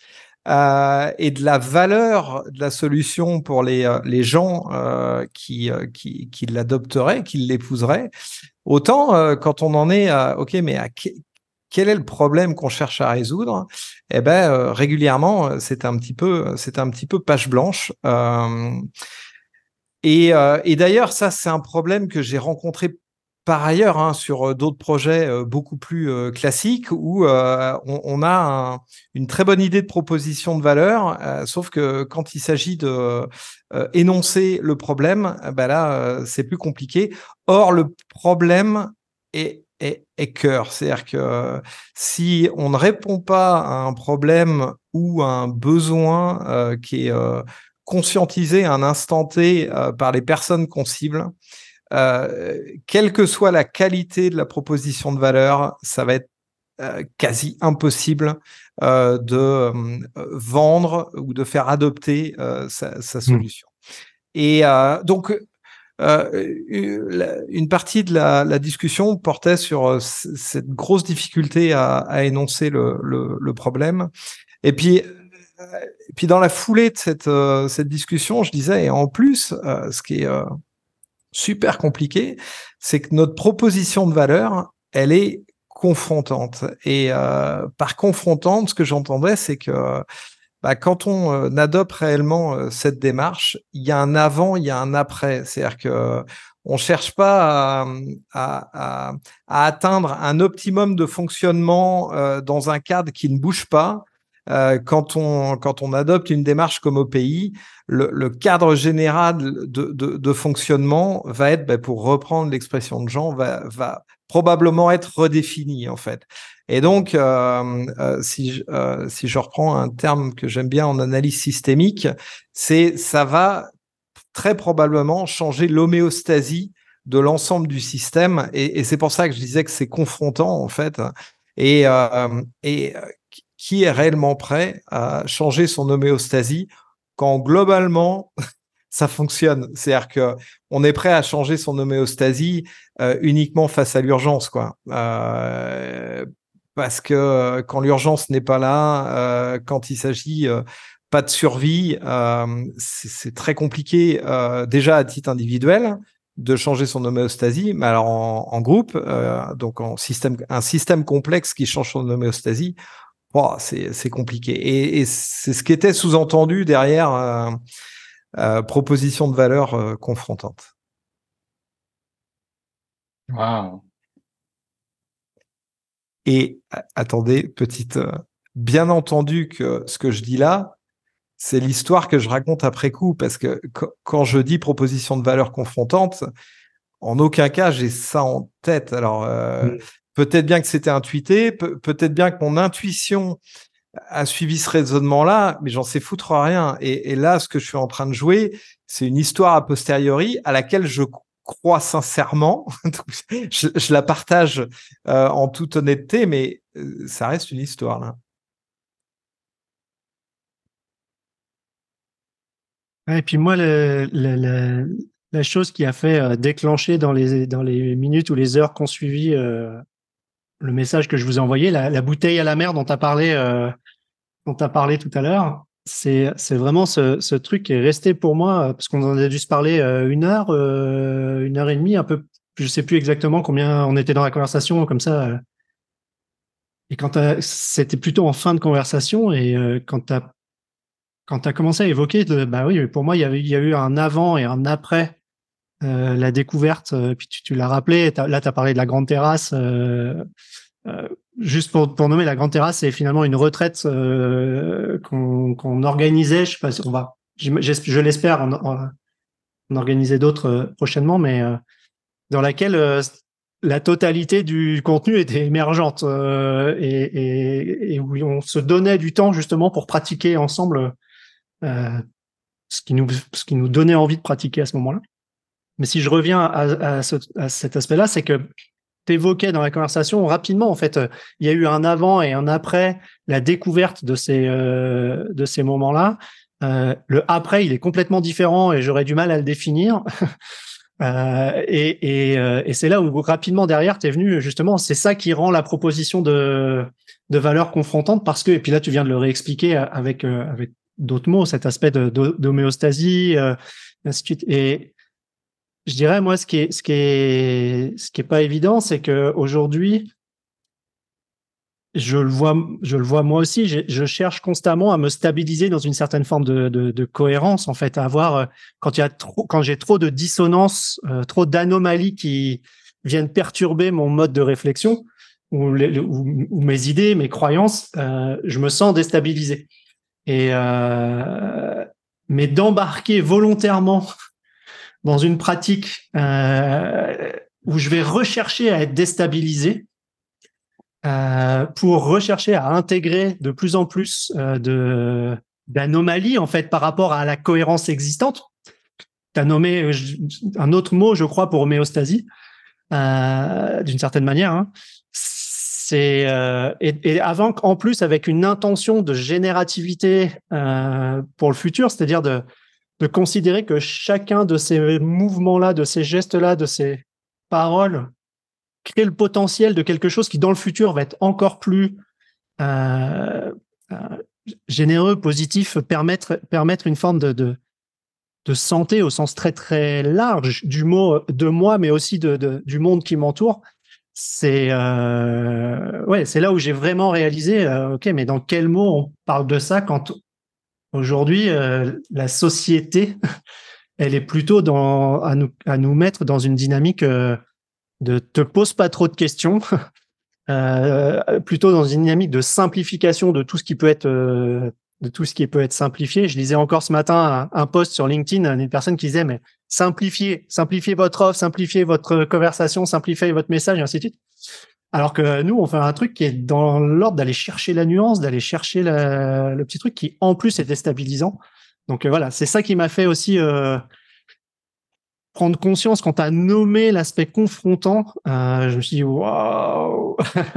euh, et de la valeur de la solution pour les, les gens euh, qui, qui, qui l'adopteraient, qui l'épouseraient, autant euh, quand on en est à, ok, mais à que, quel est le problème qu'on cherche à résoudre? Eh ben, euh, régulièrement, c'est un petit peu, c'est un petit peu page blanche. Euh, et, euh, et d'ailleurs, ça, c'est un problème que j'ai rencontré par ailleurs hein, sur d'autres projets euh, beaucoup plus euh, classiques où euh, on, on a un, une très bonne idée de proposition de valeur, euh, sauf que quand il s'agit de euh, énoncer le problème, euh, ben là, euh, c'est plus compliqué. Or, le problème est, est, est cœur. C'est-à-dire que euh, si on ne répond pas à un problème ou à un besoin euh, qui est euh, conscientisé à un instant T euh, par les personnes qu'on cible, Euh, quelle que soit la qualité de la proposition de valeur, ça va être euh, quasi impossible euh, de euh, vendre ou de faire adopter euh, sa, sa solution. Mmh. Et euh, donc, euh, une partie de la, la discussion portait sur cette grosse difficulté à, à énoncer le, le, le problème. Et puis, et puis, dans la foulée de cette, euh, cette discussion, je disais, et en plus, euh, ce qui est euh, super compliqué, c'est que notre proposition de valeur, elle est confrontante. Et euh, par confrontante, ce que j'entendais, c'est que bah, quand on euh, adopte réellement euh, cette démarche, il y a un avant, il y a un après. C'est-à-dire que on cherche pas à, à, à, à atteindre un optimum de fonctionnement euh, dans un cadre qui ne bouge pas. Euh, quand on quand on adopte une démarche comme O P I, le, le cadre général de, de, de fonctionnement va être, bah, pour reprendre l'expression de Jean, va, va probablement être redéfini en fait. Et donc, euh, euh, si, je, euh, si je reprends un terme que j'aime bien en analyse systémique, c'est ça va très probablement changer l'homéostasie de l'ensemble du système. Et, et c'est pour ça que je disais que c'est confrontant en fait. Et, euh, et qui est réellement prêt à changer son homéostasie quand globalement ça fonctionne? C'est-à-dire que on est prêt à changer son homéostasie euh, uniquement face à l'urgence, quoi. Euh, parce que quand l'urgence n'est pas là, euh, quand il s'agit euh, pas de survie, euh, c'est très compliqué euh, déjà à titre individuel de changer son homéostasie, mais alors en, en groupe, euh, donc en système, un système complexe qui change son homéostasie, oh, c'est compliqué. Et, et c'est ce qui était sous-entendu derrière euh, euh, proposition de valeur euh, confrontante. Wow. Et attendez, petite, euh, bien entendu que ce que je dis là, c'est l'histoire que je raconte après coup, parce que quand je dis proposition de valeur confrontante, en aucun cas j'ai ça en tête. Alors euh, mmh. peut-être bien que c'était intuité, pe peut-être bien que mon intuition a suivi ce raisonnement-là, mais j'en sais foutre rien. Et, et là, ce que je suis en train de jouer, c'est une histoire a posteriori à laquelle je crois sincèrement. je, je la partage euh, en toute honnêteté, mais euh, ça reste une histoire là. Et puis moi, le, le, le, la chose qui a fait euh, déclencher dans les, dans les minutes ou les heures qu'on suivi euh, le message que je vous ai envoyé, la, la bouteille à la mer dont tu as parlé, euh, dont tu as parlé tout à l'heure, c'est c'est vraiment ce, ce truc qui est resté pour moi, parce qu'on en a dû se parler euh, une heure, euh, une heure et demie, un peu, je sais plus exactement combien on était dans la conversation, comme ça. Euh, et quand c'était plutôt en fin de conversation, et euh, quand tu as Quand tu as commencé à évoquer, de, bah oui, pour moi, il y, avait, il y a eu un avant et un après euh, la découverte. Euh, puis tu, tu l'as rappelé, t'as, là, tu as parlé de la grande terrasse. Euh, euh, juste pour, pour nommer, la grande terrasse, c'est finalement une retraite euh, qu'on qu'on organisait. Je sais pas si on va, je l'espère, on, on, on organisait d'autres euh, prochainement, mais euh, dans laquelle euh, la totalité du contenu était émergente euh, et, et, et où on se donnait du temps justement pour pratiquer ensemble. Euh, ce qui nous ce qui nous donnait envie de pratiquer à ce moment-là. Mais si je reviens à, à, ce, à cet aspect-là, c'est que tu évoquais dans la conversation rapidement, en fait, il y a eu un avant et un après la découverte de ces euh, de ces moments-là. Euh, le après, il est complètement différent et j'aurais du mal à le définir. Euh, et et, euh, et c'est là où rapidement derrière, t'es venu justement, c'est ça qui rend la proposition de de valeur confrontante parce que, et puis là, tu viens de le réexpliquer avec euh, avec d'autres mots, cet aspect de, de d'homéostasie, euh, ainsi de suite. Et je dirais, moi, ce qui est ce qui est ce qui est pas évident, c'est que aujourd'hui, je le vois, je le vois moi aussi. Je, je cherche constamment à me stabiliser dans une certaine forme de, de, de cohérence, en fait, à avoir euh, quand il y a trop, quand j'ai trop de dissonances, euh, trop d'anomalies qui viennent perturber mon mode de réflexion ou, les, ou, ou mes idées, mes croyances, euh, je me sens déstabilisé. Et euh, mais d'embarquer volontairement dans une pratique euh, où je vais rechercher à être déstabilisé. Euh, pour rechercher à intégrer de plus en plus euh, de d'anomalies en fait par rapport à la cohérence existante. Tu as nommé euh, un autre mot, je crois, pour homéostasie, euh, d'une certaine manière. Hein. C'est euh, et, et avant qu'en plus avec une intention de générativité euh, pour le futur, c'est-à-dire de de considérer que chacun de ces mouvements-là, de ces gestes-là, de ces paroles créer le potentiel de quelque chose qui, dans le futur, va être encore plus euh, euh, généreux, positif, permettre, permettre une forme de, de, de santé au sens très, très large du mot de moi, mais aussi de, de, du monde qui m'entoure. C'est euh, ouais, c'est là où j'ai vraiment réalisé, euh, ok, mais dans quel mot on parle de ça quand aujourd'hui euh, la société, elle est plutôt dans à nous à nous mettre dans une dynamique euh, de te pose pas trop de questions, euh, plutôt dans une dynamique de simplification de tout ce qui peut être euh, de tout ce qui peut être simplifié. Je lisais encore ce matin un, un post sur LinkedIn d'une personne qui disait mais simplifiez, simplifiez votre offre, simplifiez votre conversation, simplifiez votre message, et ainsi de suite. Alors que nous, on fait un truc qui est dans l'ordre d'aller chercher la nuance, d'aller chercher la, le petit truc qui en plus est déstabilisant. Donc euh, voilà, c'est ça qui m'a fait aussi euh, prendre conscience quand tu as nommé l'aspect confrontant. Euh, je me suis dit, waouh,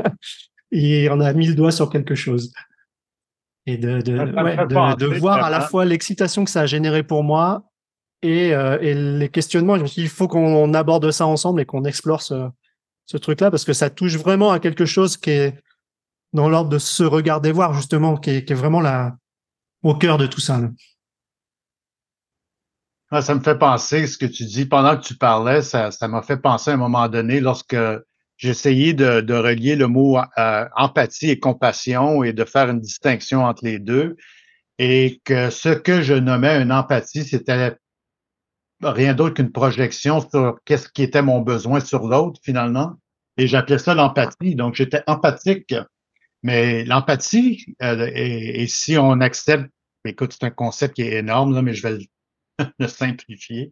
et on a mis le doigt sur quelque chose. Et de, de, ouais, de, de voir à la fois l'excitation que ça a généré pour moi et, euh, et les questionnements. Je me suis dit, il faut qu'on aborde ça ensemble et qu'on explore ce, ce truc-là parce que ça touche vraiment à quelque chose qui est dans l'ordre de se regarder voir, justement, qui est, qui est vraiment là, au cœur de tout ça. Là. Ah, ça me fait penser, ce que tu dis, pendant que tu parlais, ça, ça m'a fait penser à un moment donné lorsque j'essayais de, de relier le mot euh, empathie et compassion et de faire une distinction entre les deux et que ce que je nommais une empathie, c'était rien d'autre qu'une projection sur qu'est-ce qui était mon besoin sur l'autre finalement. Et j'appelais ça l'empathie. Donc, j'étais empathique. Mais l'empathie, euh, et, et si on accepte, écoute, c'est un concept qui est énorme, là, mais je vais le, le simplifier.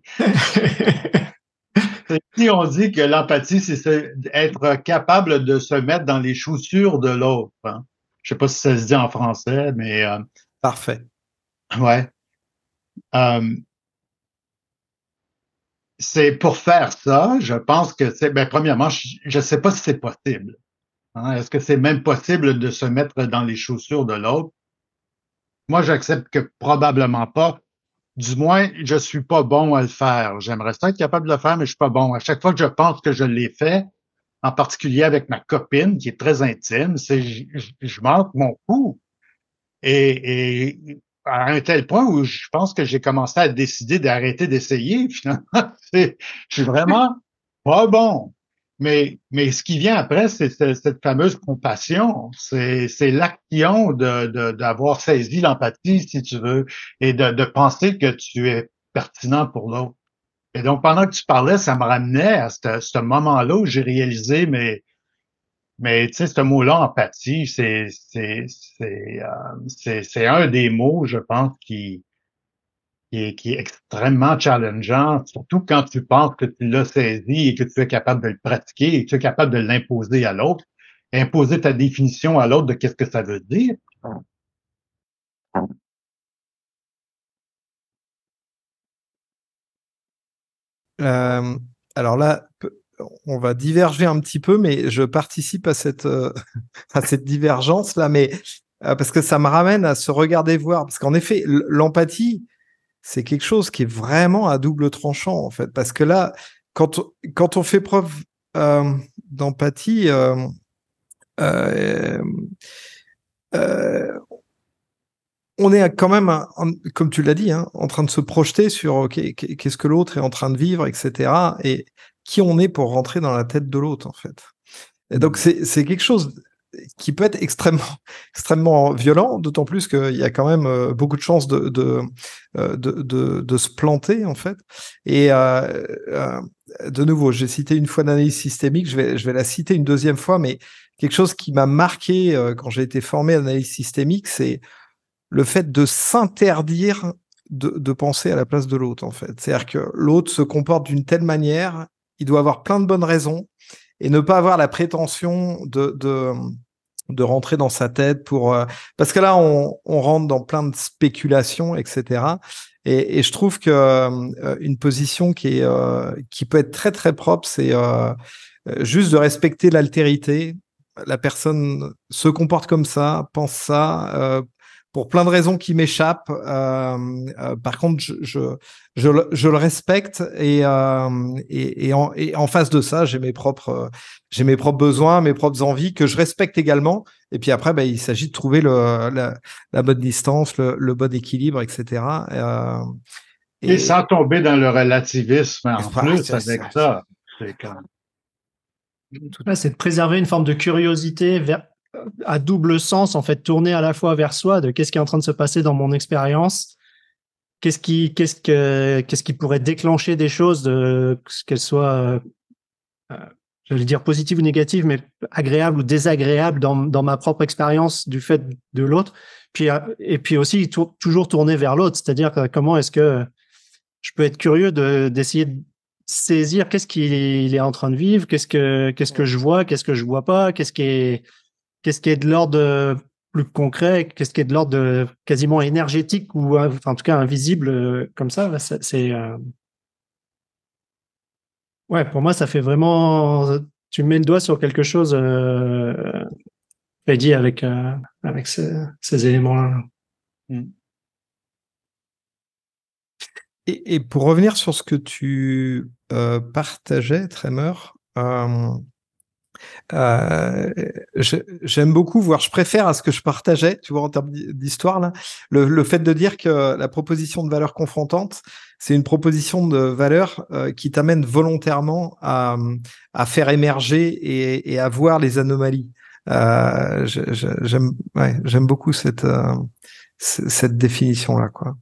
Si on dit que l'empathie, c'est être capable de se mettre dans les chaussures de l'autre. Hein? Je sais pas si ça se dit en français, mais... Euh, Parfait. Ouais. Euh, c'est pour faire ça, je pense que c'est... Ben, premièrement, je ne sais pas si c'est possible. Hein? Est-ce que c'est même possible de se mettre dans les chaussures de l'autre? Moi, j'accepte que probablement pas. Du moins, je suis pas bon à le faire. J'aimerais ça être capable de le faire, mais je suis pas bon. À chaque fois que je pense que je l'ai fait, en particulier avec ma copine, qui est très intime, c'est je, je manque mon coup. Et, et à un tel point où je pense que j'ai commencé à décider d'arrêter d'essayer, finalement. Je suis vraiment pas bon. Mais, mais ce qui vient après, c'est cette fameuse compassion. C'est, c'est l'action de, de, d'avoir saisi l'empathie, si tu veux, et de, de penser que tu es pertinent pour l'autre. Et donc, pendant que tu parlais, ça me ramenait à ce, ce moment-là où j'ai réalisé, mais, mais tu sais, ce mot-là, empathie, c'est, c'est, c'est, euh, c'est, c'est un des mots, je pense, qui, qui est, qui est extrêmement challengeant, surtout quand tu penses que tu l'as saisi et que tu es capable de le pratiquer et que tu es capable de l'imposer à l'autre, imposer ta définition à l'autre de qu'est-ce que ça veut dire. Euh, alors là, on va diverger un petit peu, mais je participe à cette, euh, à cette divergence là, mais euh, parce que ça me ramène à se regarder voir, parce qu'en effet, l'empathie, c'est quelque chose qui est vraiment à double tranchant en fait, parce que là, quand, quand on fait preuve euh, d'empathie, euh, euh, euh, on est quand même, en, comme tu l'as dit, hein, en train de se projeter sur okay, qu'est-ce que l'autre est en train de vivre, et cetera. Et qui on est pour rentrer dans la tête de l'autre, en fait. Et donc, c'est, c'est quelque chose qui peut être extrêmement, extrêmement violent, d'autant plus qu'il y a quand même euh, beaucoup de chances de, de, de, de, de se planter, en fait. Et euh, euh, de nouveau, j'ai cité une fois l'analyse systémique, je vais, je vais la citer une deuxième fois, mais quelque chose qui m'a marqué euh, quand j'ai été formé à l'analyse systémique, c'est le fait de s'interdire de, de penser à la place de l'autre, en fait. C'est-à-dire que l'autre se comporte d'une telle manière, il doit avoir plein de bonnes raisons, et ne pas avoir la prétention de, de, de rentrer dans sa tête pour... Euh, parce que là, on, on rentre dans plein de spéculations, et cetera. Et, et je trouve que euh, une position qui, est, euh, qui peut être très, très propre, c'est euh, juste de respecter l'altérité. La personne se comporte comme ça, pense ça, euh, pour plein de raisons qui m'échappent. Euh, euh, par contre, je, je, je, le, je le respecte et, euh, et, et, en, et en face de ça, j'ai mes propres, euh, j'ai mes propres besoins, mes propres envies que je respecte également. Et puis après, bah, il s'agit de trouver le, la, la bonne distance, le, le bon équilibre, et cetera. Euh, et, et sans tomber dans le relativisme en bah, plus c'est, avec c'est, ça. C'est quand Ouais, c'est de préserver une forme de curiosité vers, à double sens, en fait, tourner à la fois vers soi, de qu'est-ce qui est en train de se passer dans mon expérience, qu'est-ce qui, qu'est-ce que, qu'est-ce qui pourrait déclencher des choses, de, qu'elles soient, euh, j'allais dire positives ou négatives, mais agréables ou désagréables dans, dans ma propre expérience du fait de l'autre. Puis, et puis aussi, tour, toujours tourner vers l'autre, c'est-à-dire comment est-ce que je peux être curieux de, d'essayer de saisir qu'est-ce qu'il est en train de vivre, qu'est-ce que, qu'est-ce que je vois, qu'est-ce que je vois pas, qu'est-ce qui est, qu'est-ce qui est de l'ordre de plus concret, qu'est-ce qui est de l'ordre de quasiment énergétique ou enfin, en tout cas invisible comme ça. C'est, c'est euh... ouais, pour moi, ça fait vraiment. Tu mets le doigt sur quelque chose, euh, dit avec euh, avec ces, ces éléments-là. Mm. Et, et pour revenir sur ce que tu euh, partageais, Tremor, euh, euh, je, j'aime beaucoup voir, je préfère à ce que je partageais, tu vois, en termes d'histoire, là, le, le fait de dire que la proposition de valeur confrontante, c'est une proposition de valeur euh, qui t'amène volontairement à, à faire émerger et, et à voir les anomalies. Euh, je, je, j'aime, ouais, j'aime beaucoup cette, euh, cette définition-là, quoi.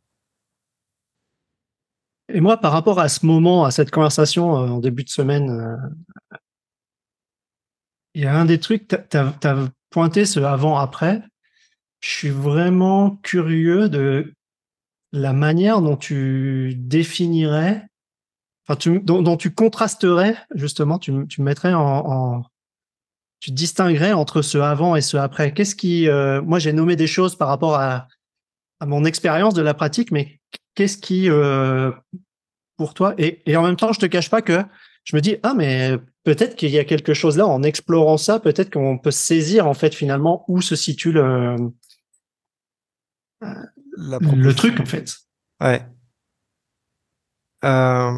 Et moi, par rapport à ce moment, à cette conversation euh, en début de semaine, euh, il y a un des trucs, tu as pointé ce avant-après. Je suis vraiment curieux de la manière dont tu définirais, enfin, tu, dont, dont tu contrasterais, justement, tu, tu mettrais en, en, tu distinguerais entre ce avant et ce après. Qu'est-ce qui, euh, moi, j'ai nommé des choses par rapport à, à mon expérience de la pratique, mais qu'est-ce qui, euh, pour toi, et, et en même temps, je te cache pas que je me dis, ah, mais peut-être qu'il y a quelque chose là, en explorant ça, peut-être qu'on peut saisir, en fait, finalement, où se situe le, La le truc, en fait. Ouais. Euh...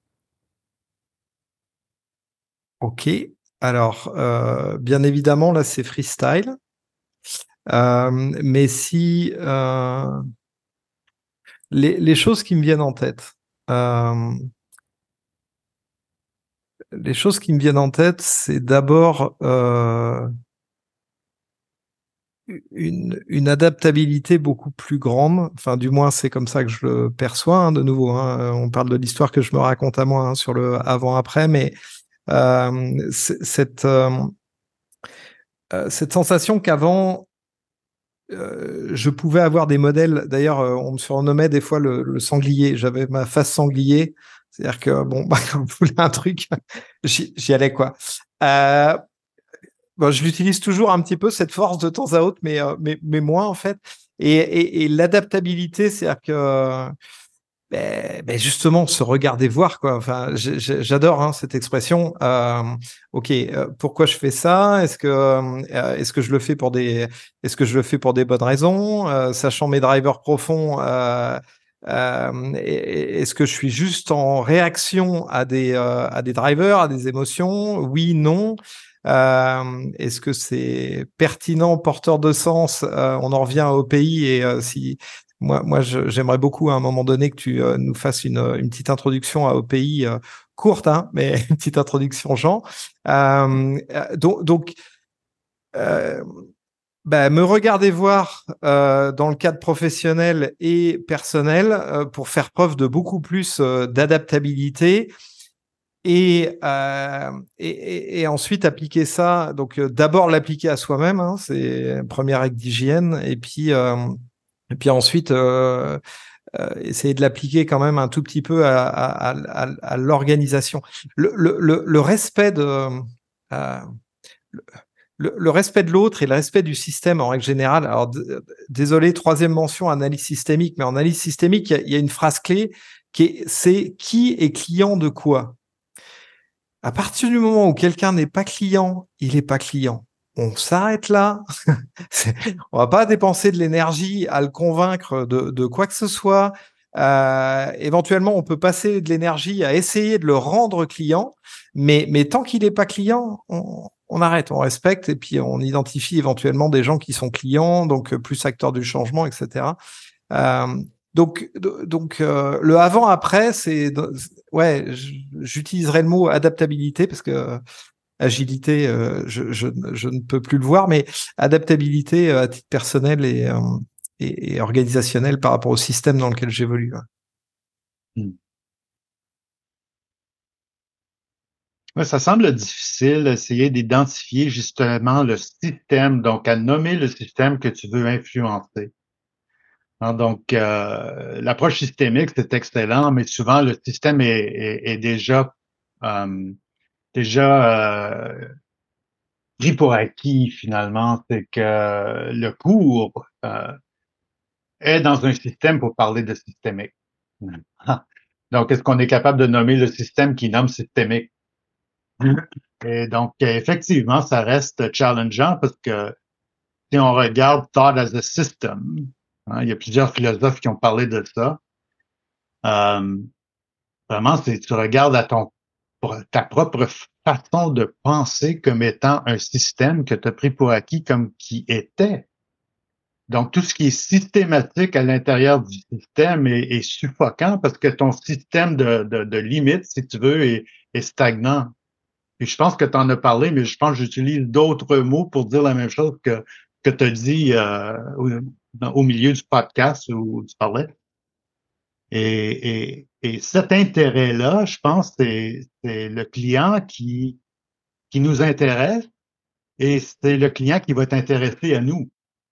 Ok. Alors, euh, bien évidemment, là, c'est freestyle. Euh, mais si euh, les, les choses qui me viennent en tête, euh, les choses qui me viennent en tête, c'est d'abord euh, une, une adaptabilité beaucoup plus grande. Enfin, du moins, c'est comme ça que je le perçois. Hein, de nouveau, hein, on parle de l'histoire que je me raconte à moi hein, sur le avant-après, mais euh, cette euh, euh, cette sensation qu'avant Euh, je pouvais avoir des modèles. D'ailleurs, euh, on me surnommait des fois le, le sanglier. J'avais ma face sanglier. C'est-à-dire que, bon, bah, quand vous voulez un truc, j'y, j'y allais, quoi. Euh, bon, je l'utilise toujours un petit peu, cette force, de temps à autre, mais, euh, mais, mais moins, en fait. Et, et, et l'adaptabilité, c'est-à-dire que, ben, ben justement, se regarder voir, quoi. Enfin, j'adore hein, cette expression. Euh, ok, euh, pourquoi je fais ça? Est-ce que, euh, est-ce que je le fais pour des, est-ce que je le fais pour des bonnes raisons? Euh, sachant mes drivers profonds, euh, Euh, est-ce que je suis juste en réaction à des, euh, à des drivers, à des émotions? Oui, non. Euh, est-ce que c'est pertinent, porteur de sens? Euh, on en revient à O P I et euh, si moi, moi, je, j'aimerais beaucoup à un moment donné que tu euh, nous fasses une, une petite introduction à O P I euh, courte, hein, mais une petite introduction, Jean. Euh, donc, donc euh, bah, me regarder voir euh, dans le cadre professionnel et personnel euh, pour faire preuve de beaucoup plus euh, d'adaptabilité et, euh, et, et, et ensuite appliquer ça. Donc euh, d'abord l'appliquer à soi-même, hein, c'est une première règle d'hygiène, et puis euh, et puis ensuite euh, euh, essayer de l'appliquer quand même un tout petit peu à, à, à, à l'organisation. Le, le, le, le respect de euh, le, le respect de l'autre et le respect du système en règle générale. Alors, d- désolé, troisième mention, analyse systémique, mais en analyse systémique, il y, a- il y a une phrase clé qui est, c'est qui est client de quoi? À partir du moment où quelqu'un n'est pas client, il n'est pas client. On s'arrête là. C'est- On va pas dépenser de l'énergie à le convaincre de, de quoi que ce soit. Euh, éventuellement, on peut passer de l'énergie à essayer de le rendre client, mais, mais tant qu'il n'est pas client, on, on arrête, on respecte et puis on identifie éventuellement des gens qui sont clients, donc euh, plus acteurs du changement, et cetera. Euh, donc, donc euh, le avant-après, c'est ouais, j'utiliserai le mot adaptabilité parce que agilité, euh, je, je, je ne peux plus le voir, mais adaptabilité euh, à titre personnel et, euh, et, et organisationnel par rapport au système dans lequel j'évolue. Hmm. Ouais, ça semble difficile d'essayer d'identifier justement le système, donc à nommer le système que tu veux influencer. Hein, donc, euh, l'approche systémique, c'est excellent, mais souvent le système est, est, est déjà euh, déjà euh, pris pour acquis finalement. C'est que le cours euh, est dans un système pour parler de systémique. Donc, est-ce qu'on est capable de nommer le système qui nomme systémique? Et donc, effectivement, ça reste challengeant parce que si on regarde Thought as a System, hein, il y a plusieurs philosophes qui ont parlé de ça. Euh, vraiment, c'est tu regardes à ton ta propre façon de penser comme étant un système que tu as pris pour acquis comme qui était. Donc, tout ce qui est systématique à l'intérieur du système est, est suffocant parce que ton système de, de, de limites, si tu veux, est, est stagnant. Et je pense que tu en as parlé, mais je pense que j'utilise d'autres mots pour dire la même chose que, que tu as dit euh, au, au milieu du podcast où tu parlais. Et, et, et cet intérêt-là, je pense, c'est, c'est le client qui, qui nous intéresse et c'est le client qui va t'intéresser à nous.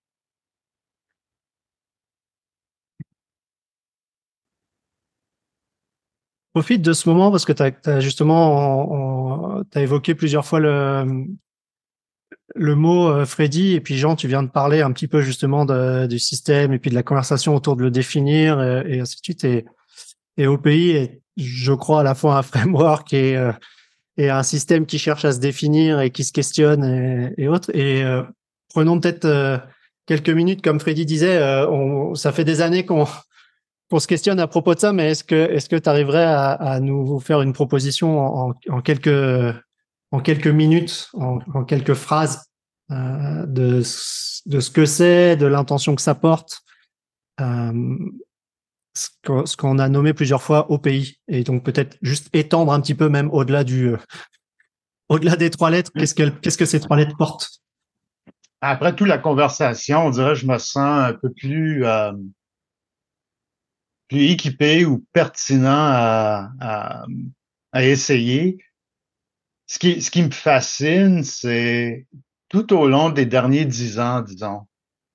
Profite de ce moment parce que tu as justement t'as évoqué plusieurs fois le, le mot euh, Freddy, et puis Jean, tu viens de parler un petit peu justement de, du système et puis de la conversation autour de le définir et, et ainsi de suite. Et, et O P I est, je crois, à la fois un framework et, euh, et un système qui cherche à se définir et qui se questionne et, et autres. Et euh, prenons peut-être euh, quelques minutes, comme Freddy disait, euh, on, ça fait des années qu'on qu'on se questionne à propos de ça, mais est-ce que est-ce que tu arriverais à, à nous faire une proposition en, en quelques en quelques minutes, en, en quelques phrases euh, de de ce que c'est, de l'intention que ça porte, euh, ce qu'on ce qu'on a nommé plusieurs fois O P I, et donc peut-être juste étendre un petit peu même au-delà du euh, au-delà des trois lettres, qu'est-ce que qu'est-ce que ces trois lettres portent? Après toute la conversation, on dirait que je me sens un peu plus, euh, plus équipé ou pertinent à, à, à essayer. Ce qui, ce qui me fascine, c'est tout au long des derniers dix ans, disons,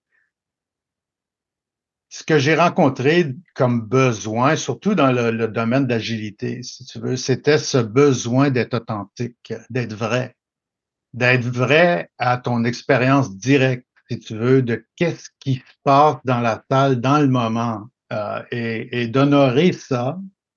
ce que j'ai rencontré comme besoin, surtout dans le, le domaine d'agilité, si tu veux, c'était ce besoin d'être authentique, d'être vrai, d'être vrai à ton expérience directe, si tu veux, de qu'est-ce qui se passe dans la salle, dans le moment, euh, et, et d'honorer ça.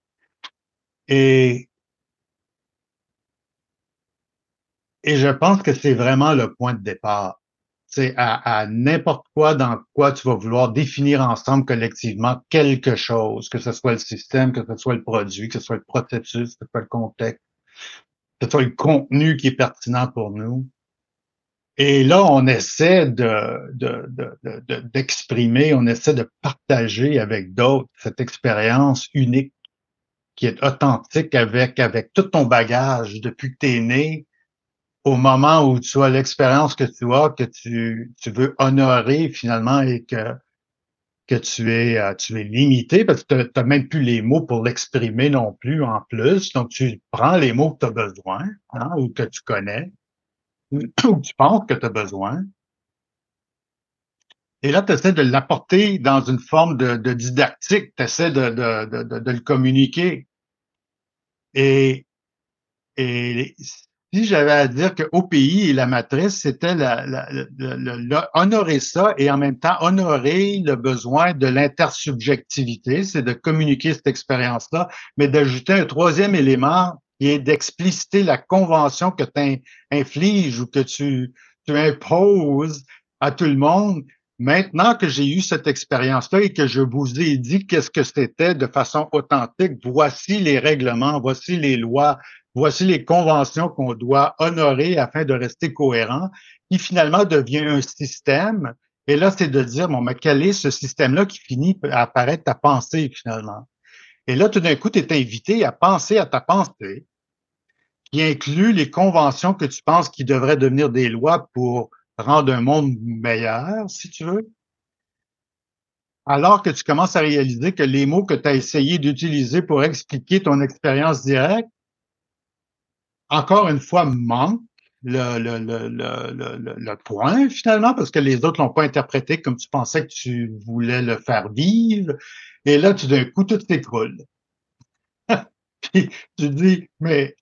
Et, et je pense que c'est vraiment le point de départ. c'est à, à n'importe quoi dans quoi tu vas vouloir définir ensemble collectivement quelque chose, que ce soit le système, que ce soit le produit, que ce soit le processus, que ce soit le contexte, que ce soit le contenu qui est pertinent pour nous. Et là, on essaie de, de, de, de, d'exprimer, on essaie de partager avec d'autres cette expérience unique qui est authentique avec, avec tout ton bagage depuis que tu es né, au moment où tu as l'expérience que tu as, que tu, tu veux honorer finalement et que, que tu es, euh, tu es limité parce que tu n'as même plus les mots pour l'exprimer non plus en plus. Donc, tu prends les mots que tu as besoin, hein, ou que tu connais, ou que tu penses que tu as besoin. Et là, tu essaies de l'apporter dans une forme de, de didactique, tu essaies de, de, de, de, de le communiquer. Et, et si j'avais à dire que O P I et la matrice, c'était la, la, la, la, la, honorer ça et en même temps honorer le besoin de l'intersubjectivité, c'est de communiquer cette expérience-là, mais d'ajouter un troisième élément qui est d'expliciter la convention que tu infliges ou que tu, tu imposes à tout le monde. Maintenant que j'ai eu cette expérience-là et que je vous ai dit qu'est-ce que c'était de façon authentique, voici les règlements, voici les lois, voici les conventions qu'on doit honorer afin de rester cohérent, qui finalement devient un système. Et là, c'est de dire, bon, mais quel est ce système-là qui finit à apparaître ta pensée finalement? Et là, tout d'un coup, tu es invité à penser à ta pensée, qui inclut les conventions que tu penses qui devraient devenir des lois pour rendre un monde meilleur, si tu veux. Alors que tu commences à réaliser que les mots que tu as essayé d'utiliser pour expliquer ton expérience directe, encore une fois, manquent le, le, le, le, le, le point, finalement, parce que les autres l'ont pas interprété comme tu pensais que tu voulais le faire vivre. Et là, tout d'un coup, tout s'écroule. Puis tu dis, mais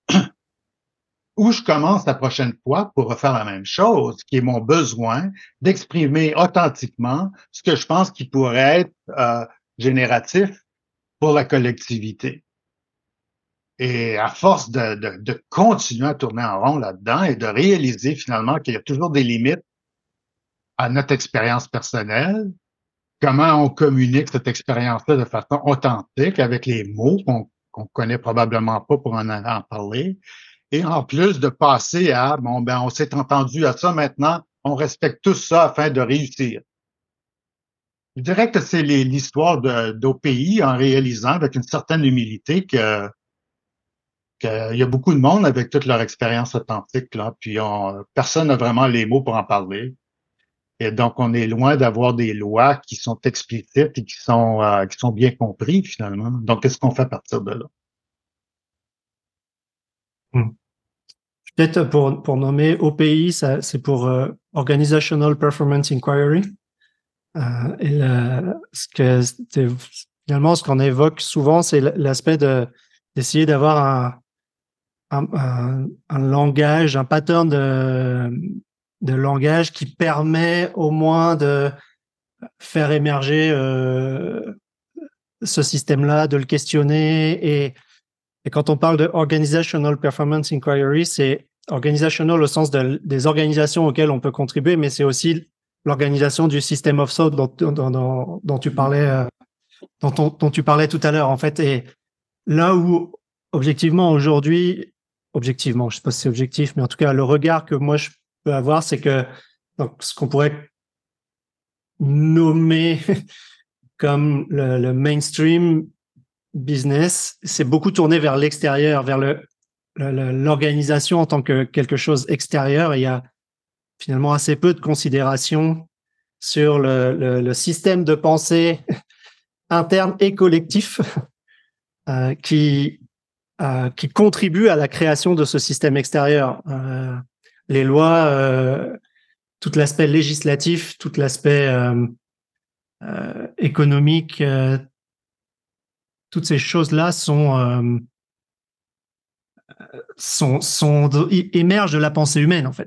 où je commence la prochaine fois pour refaire la même chose, qui est mon besoin d'exprimer authentiquement ce que je pense qui pourrait être euh, génératif pour la collectivité. Et à force de, de, de continuer à tourner en rond là-dedans et de réaliser finalement qu'il y a toujours des limites à notre expérience personnelle, comment on communique cette expérience-là de façon authentique avec les mots qu'on qu'on connaît probablement pas pour en, en parler, et en plus de passer à, bon, ben, on s'est entendu à ça maintenant, on respecte tout ça afin de réussir. Je dirais que c'est l'histoire d'O P I en réalisant avec une certaine humilité que qu'il y a beaucoup de monde avec toute leur expérience authentique, là, puis on, personne n'a vraiment les mots pour en parler. Et donc, on est loin d'avoir des lois qui sont explicites et qui sont, euh, qui sont bien compris, finalement. Donc, qu'est-ce qu'on fait à partir de là? Hmm. Peut-être pour, pour nommer O P I, ça, c'est pour euh, Organizational Performance Inquiry. Euh, et le, ce que, finalement, ce qu'on évoque souvent, c'est l'aspect de, d'essayer d'avoir un, un, un, un langage, un pattern de, de langage qui permet au moins de faire émerger euh, ce système-là, de le questionner. Et, et quand on parle de Organizational Performance Inquiry, c'est organizational au sens de, des organisations auxquelles on peut contribuer, mais c'est aussi l'organisation du système of thought dont, dont, dont, dont tu parlais, euh, dont, on, dont tu parlais tout à l'heure, en fait. Et là où, objectivement, aujourd'hui, objectivement, je sais pas si c'est objectif, mais en tout cas, le regard que moi je peux avoir, c'est que donc, ce qu'on pourrait nommer comme le, le mainstream business, c'est beaucoup tourné vers l'extérieur, vers le, le, l'organisation en tant que quelque chose extérieur. Et il y a finalement assez peu de considération sur le, le, le système de pensée interne et collectif euh, qui euh, qui contribue à la création de ce système extérieur. Euh, les lois, euh, tout l'aspect législatif, tout l'aspect euh, euh, économique, euh, toutes ces choses-là sont, euh, sont, sont émergent de la pensée humaine, en fait.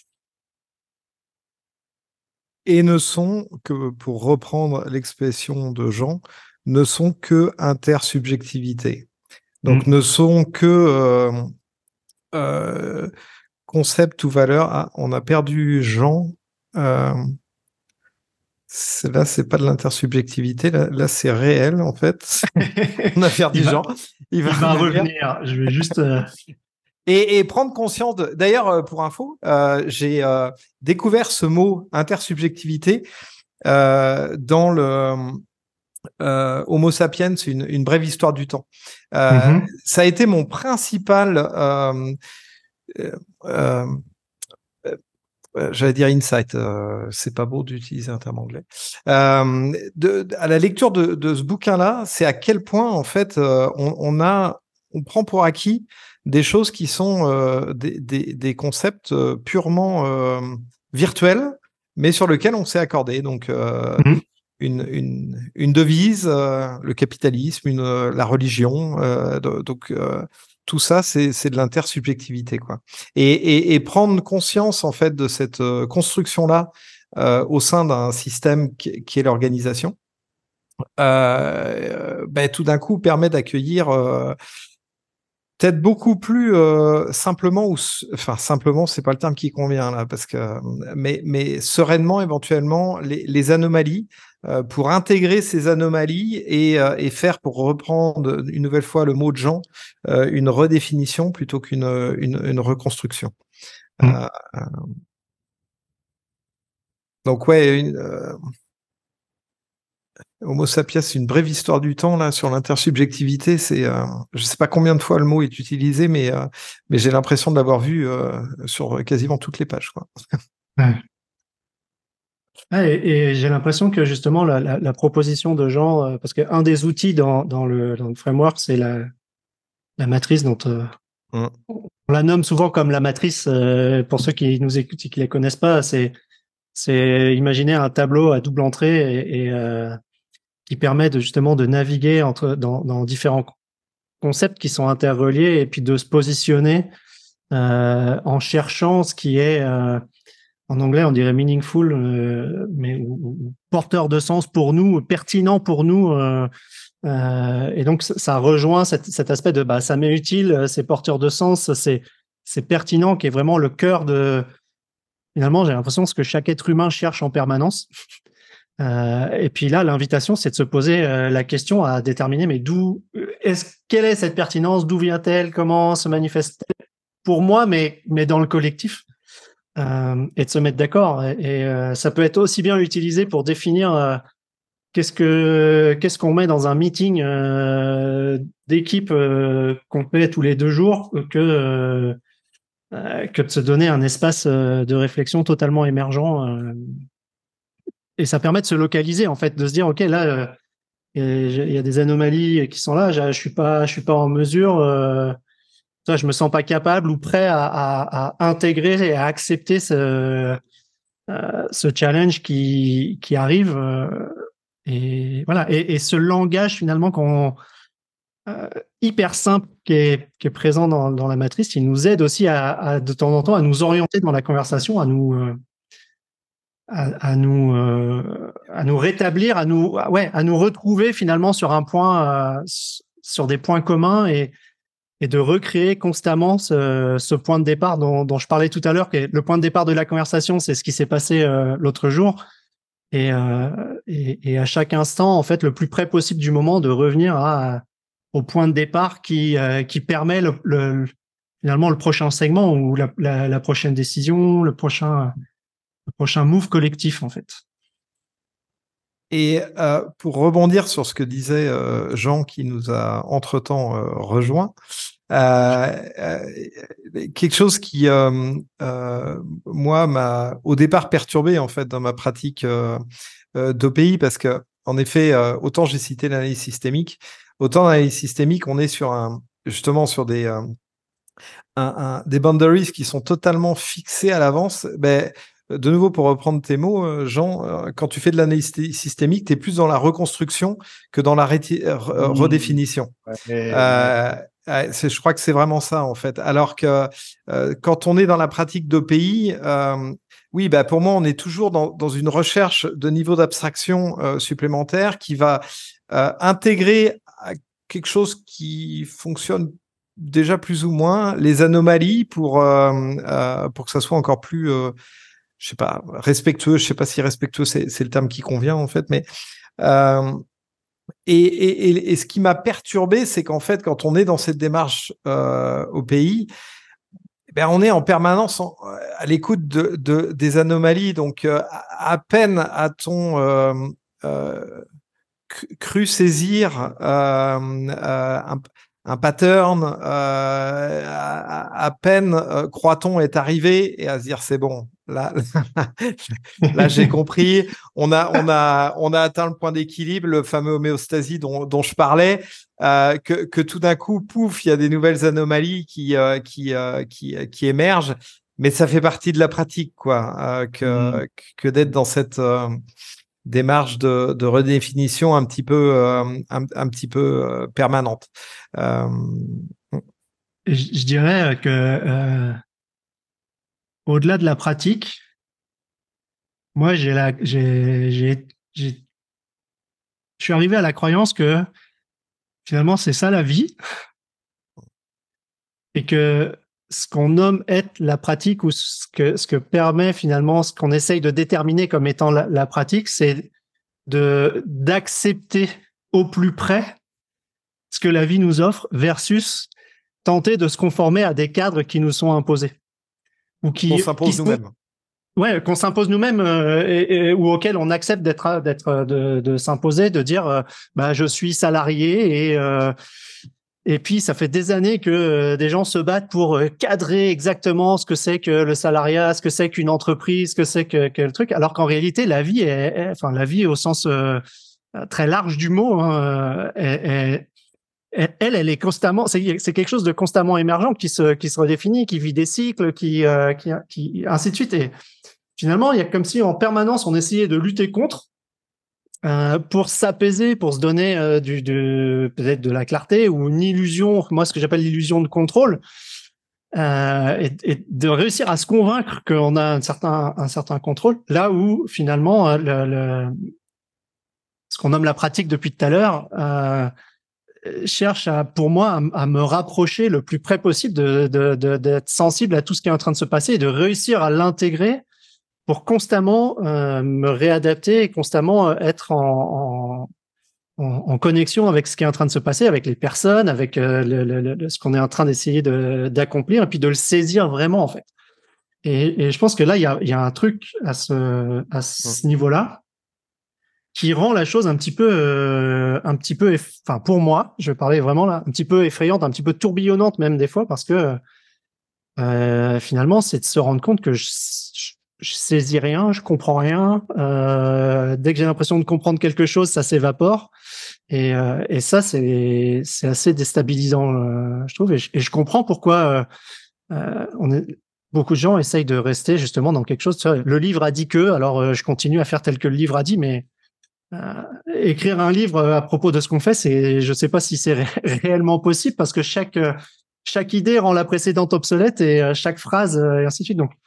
Et ne sont que, pour reprendre l'expression de Jean, ne sont que intersubjectivité. Donc, mmh. ne sont que euh, euh, concept ou valeur. Ah, on a perdu Jean. Euh, c'est, là, c'est pas de l'intersubjectivité. Là, là c'est réel, en fait. On a perdu Il va- Jean. Il va revenir. Je vais juste. euh, Et, et prendre conscience de... D'ailleurs, euh, pour info, euh, j'ai euh, découvert ce mot intersubjectivité euh, dans le euh, Homo sapiens, une, une brève histoire du temps. Euh, mhm. Ça a été mon principal, euh, euh, euh, euh, j'allais dire insight, euh, c'est pas beau d'utiliser un terme anglais. Euh, de, de- à la lecture de, de ce bouquin-là, c'est à quel point en fait euh, on, on a, on prend pour acquis des choses qui sont euh, des, des, des concepts euh, purement euh, virtuels, mais sur lesquels on s'est accordé. Donc euh, Mhm. une, une, une devise, euh, le capitalisme, une, euh, la religion, euh, de- donc euh, tout ça, c'est, c'est de l'intersubjectivité, quoi. Et, et, et prendre conscience en fait de cette euh, construction-là euh, au sein d'un système qui, qui est l'organisation, euh, ben, tout d'un coup permet d'accueillir euh, peut-être beaucoup plus euh, simplement ou s- enfin simplement, c'est pas le terme qui convient là, parce que mais mais sereinement éventuellement les, les anomalies euh, pour intégrer ces anomalies et, euh, et faire, pour reprendre une nouvelle fois le mot de Jean, euh, une redéfinition plutôt qu'une une, une reconstruction. Mhm. Euh, donc ouais, une, euh, Homo sapiens, une brève histoire du temps là sur l'intersubjectivité. C'est, euh, je sais pas combien de fois le mot est utilisé, mais euh, mais j'ai l'impression de l'avoir vu euh, sur quasiment toutes les pages, quoi. Ouais. Ah, et, et j'ai l'impression que justement la, la, la proposition de Jean, euh, parce qu'un des outils dans, dans, le, dans le framework, c'est la, la matrice dont euh, Mm. on la nomme souvent comme la matrice. Euh, pour ceux qui nous écoutent et qui les connaissent pas, c'est c'est imaginer un tableau à double entrée et, et euh, qui permet de justement de naviguer entre dans, dans différents concepts qui sont interreliés et puis de se positionner euh, en cherchant ce qui est euh, en anglais on dirait meaningful, euh, mais ou, ou porteur de sens pour nous, pertinent pour nous. Euh, euh, et donc ça rejoint cet, cet aspect de bah ça m'est utile, c'est porteur de sens, c'est c'est pertinent, qui est vraiment le cœur de finalement j'ai l'impression ce que chaque être humain cherche en permanence. Euh, et puis là, l'invitation, c'est de se poser euh, la question à déterminer, mais d'où est-ce, quelle est cette pertinence, d'où vient-elle, comment se manifeste-t-elle pour moi, mais mais dans le collectif, euh, et de se mettre d'accord. Et, et euh, ça peut être aussi bien utilisé pour définir euh, qu'est-ce que qu'est-ce qu'on met dans un meeting euh, d'équipe euh, qu'on fait tous les deux jours que euh, euh, que de se donner un espace euh, de réflexion totalement émergent. Euh, et ça permet de se localiser en fait, de se dire ok là. Euh, Et il y a des anomalies qui sont là. Je, je suis pas, je suis pas en mesure. Euh, ça, je me sens pas capable ou prêt à, à, à intégrer et à accepter ce, euh, ce challenge qui, qui arrive. Euh, et voilà. Et, et ce langage finalement qu'on euh, hyper simple qui est, qui est présent dans, dans la matrice, il nous aide aussi à, à de temps en temps à nous orienter dans la conversation, à nous euh, à, à nous euh, à nous rétablir, à nous ouais, à nous retrouver finalement sur un point, euh, sur des points communs et et de recréer constamment ce, ce point de départ dont, dont je parlais tout à l'heure, que le point de départ de la conversation, c'est ce qui s'est passé euh, l'autre jour, et, euh, et et à chaque instant en fait le plus près possible du moment de revenir à au point de départ qui euh, qui permet le, le finalement le prochain segment ou la, la, la prochaine décision, le prochain le prochain move collectif en fait. Et euh, pour rebondir sur ce que disait euh, Jean, qui nous a entre-temps euh, rejoint, euh, euh, quelque chose qui, euh, euh, moi, m'a au départ perturbé en fait dans ma pratique euh, euh, d'O P I, parce que en effet, euh, autant j'ai cité l'analyse systémique, autant l'analyse systémique, on est sur un justement sur des euh, un, un, des boundaries qui sont totalement fixés à l'avance. Ben, de nouveau, pour reprendre tes mots, euh, Jean, euh, quand tu fais de l'analyse systémique, tu es plus dans la reconstruction que dans la réti- euh, Mmh. redéfinition. Ouais, ouais. Euh, euh, c'est, je crois que c'est vraiment ça, en fait. Alors que euh, quand on est dans la pratique d'O P I, euh, oui, bah, pour moi, on est toujours dans, dans une recherche de niveau d'abstraction euh, supplémentaire qui va euh, intégrer quelque chose qui fonctionne déjà plus ou moins, les anomalies pour, euh, euh, pour que ça soit encore plus, euh, je sais pas, respectueux. Je sais pas si respectueux c'est, c'est le terme qui convient en fait, mais euh, et, et, et, et ce qui m'a perturbé, c'est qu'en fait, quand on est dans cette démarche euh, au pays, ben on est en permanence en, à l'écoute de, de des anomalies. Donc, euh, à peine a-t-on euh, euh, cru saisir euh, euh, un, un pattern, euh, à, à peine euh, croit-on est arrivé et à se dire c'est bon. Là, là, j'ai compris. On a, on a, on a atteint le point d'équilibre, le fameux homéostasie dont, dont je parlais. Euh, que, que tout d'un coup, pouf, il y a des nouvelles anomalies qui, euh, qui, euh, qui, qui émergent. Mais ça fait partie de la pratique, quoi, euh, que, mmh. que d'être dans cette euh, démarche de, de redéfinition un petit peu, euh, un, un petit peu euh, permanente. Euh... Je, je dirais que euh, au-delà de la pratique, moi, j'ai la, j'ai, j'ai, j'ai, je suis arrivé à la croyance que finalement, c'est ça la vie, et que ce qu'on nomme être la pratique ou ce que, ce que permet finalement, ce qu'on essaye de déterminer comme étant la, la pratique, c'est de d'accepter au plus près ce que la vie nous offre versus tenter de se conformer à des cadres qui nous sont imposés ou qui on s'impose qui nous-mêmes. Ouais, qu'on s'impose nous-mêmes euh, et, et, ou auquel on accepte d'être, d'être, de, de s'imposer, de dire, euh, bah je suis salarié et euh, et puis ça fait des années que euh, des gens se battent pour cadrer exactement ce que c'est que le salariat, ce que c'est qu'une entreprise, ce que c'est que, que le truc, alors qu'en réalité la vie est, est enfin la vie au sens euh, très large du mot, hein, est, est, elle, elle est constamment, c'est, c'est quelque chose de constamment émergent qui se, qui se redéfinit, qui vit des cycles, qui, euh, qui, qui, ainsi de suite. Et finalement, il y a comme si en permanence on essayait de lutter contre euh, pour s'apaiser, pour se donner euh, du, de, peut-être de la clarté ou une illusion, moi ce que j'appelle l'illusion de contrôle, euh, et, et de réussir à se convaincre qu'on a un certain, un certain contrôle, là où finalement le, le, ce qu'on nomme la pratique depuis tout à l'heure euh, cherche à, pour moi, à, à me rapprocher le plus près possible de, de, de, d'être sensible à tout ce qui est en train de se passer et de réussir à l'intégrer pour constamment euh, me réadapter et constamment être en, en, en connexion avec ce qui est en train de se passer, avec les personnes, avec euh, le, le, le, ce qu'on est en train d'essayer de, d'accomplir, et puis de le saisir vraiment, en fait. Et, et je pense que là, il y a, il y a un truc à ce, à ce niveau-là qui rend la chose un petit peu, euh, un petit peu, eff... enfin pour moi, je vais parler vraiment là, un petit peu effrayante, un petit peu tourbillonnante même des fois, parce que euh, finalement, c'est de se rendre compte que je, je, je saisis rien, je comprends rien. Euh, dès que j'ai l'impression de comprendre quelque chose, ça s'évapore, et, euh, et ça, c'est, c'est assez déstabilisant, euh, je trouve. Et je, et je comprends pourquoi euh, euh, on est beaucoup de gens essayent de rester justement dans quelque chose. Tu vois, le livre a dit que, alors euh, je continue à faire tel que le livre a dit, mais Euh, écrire un livre à propos de ce qu'on fait, c'est, je sais pas si c'est ré- réellement possible parce que chaque chaque idée rend la précédente obsolète et euh, chaque phrase euh, et ainsi de suite. Donc,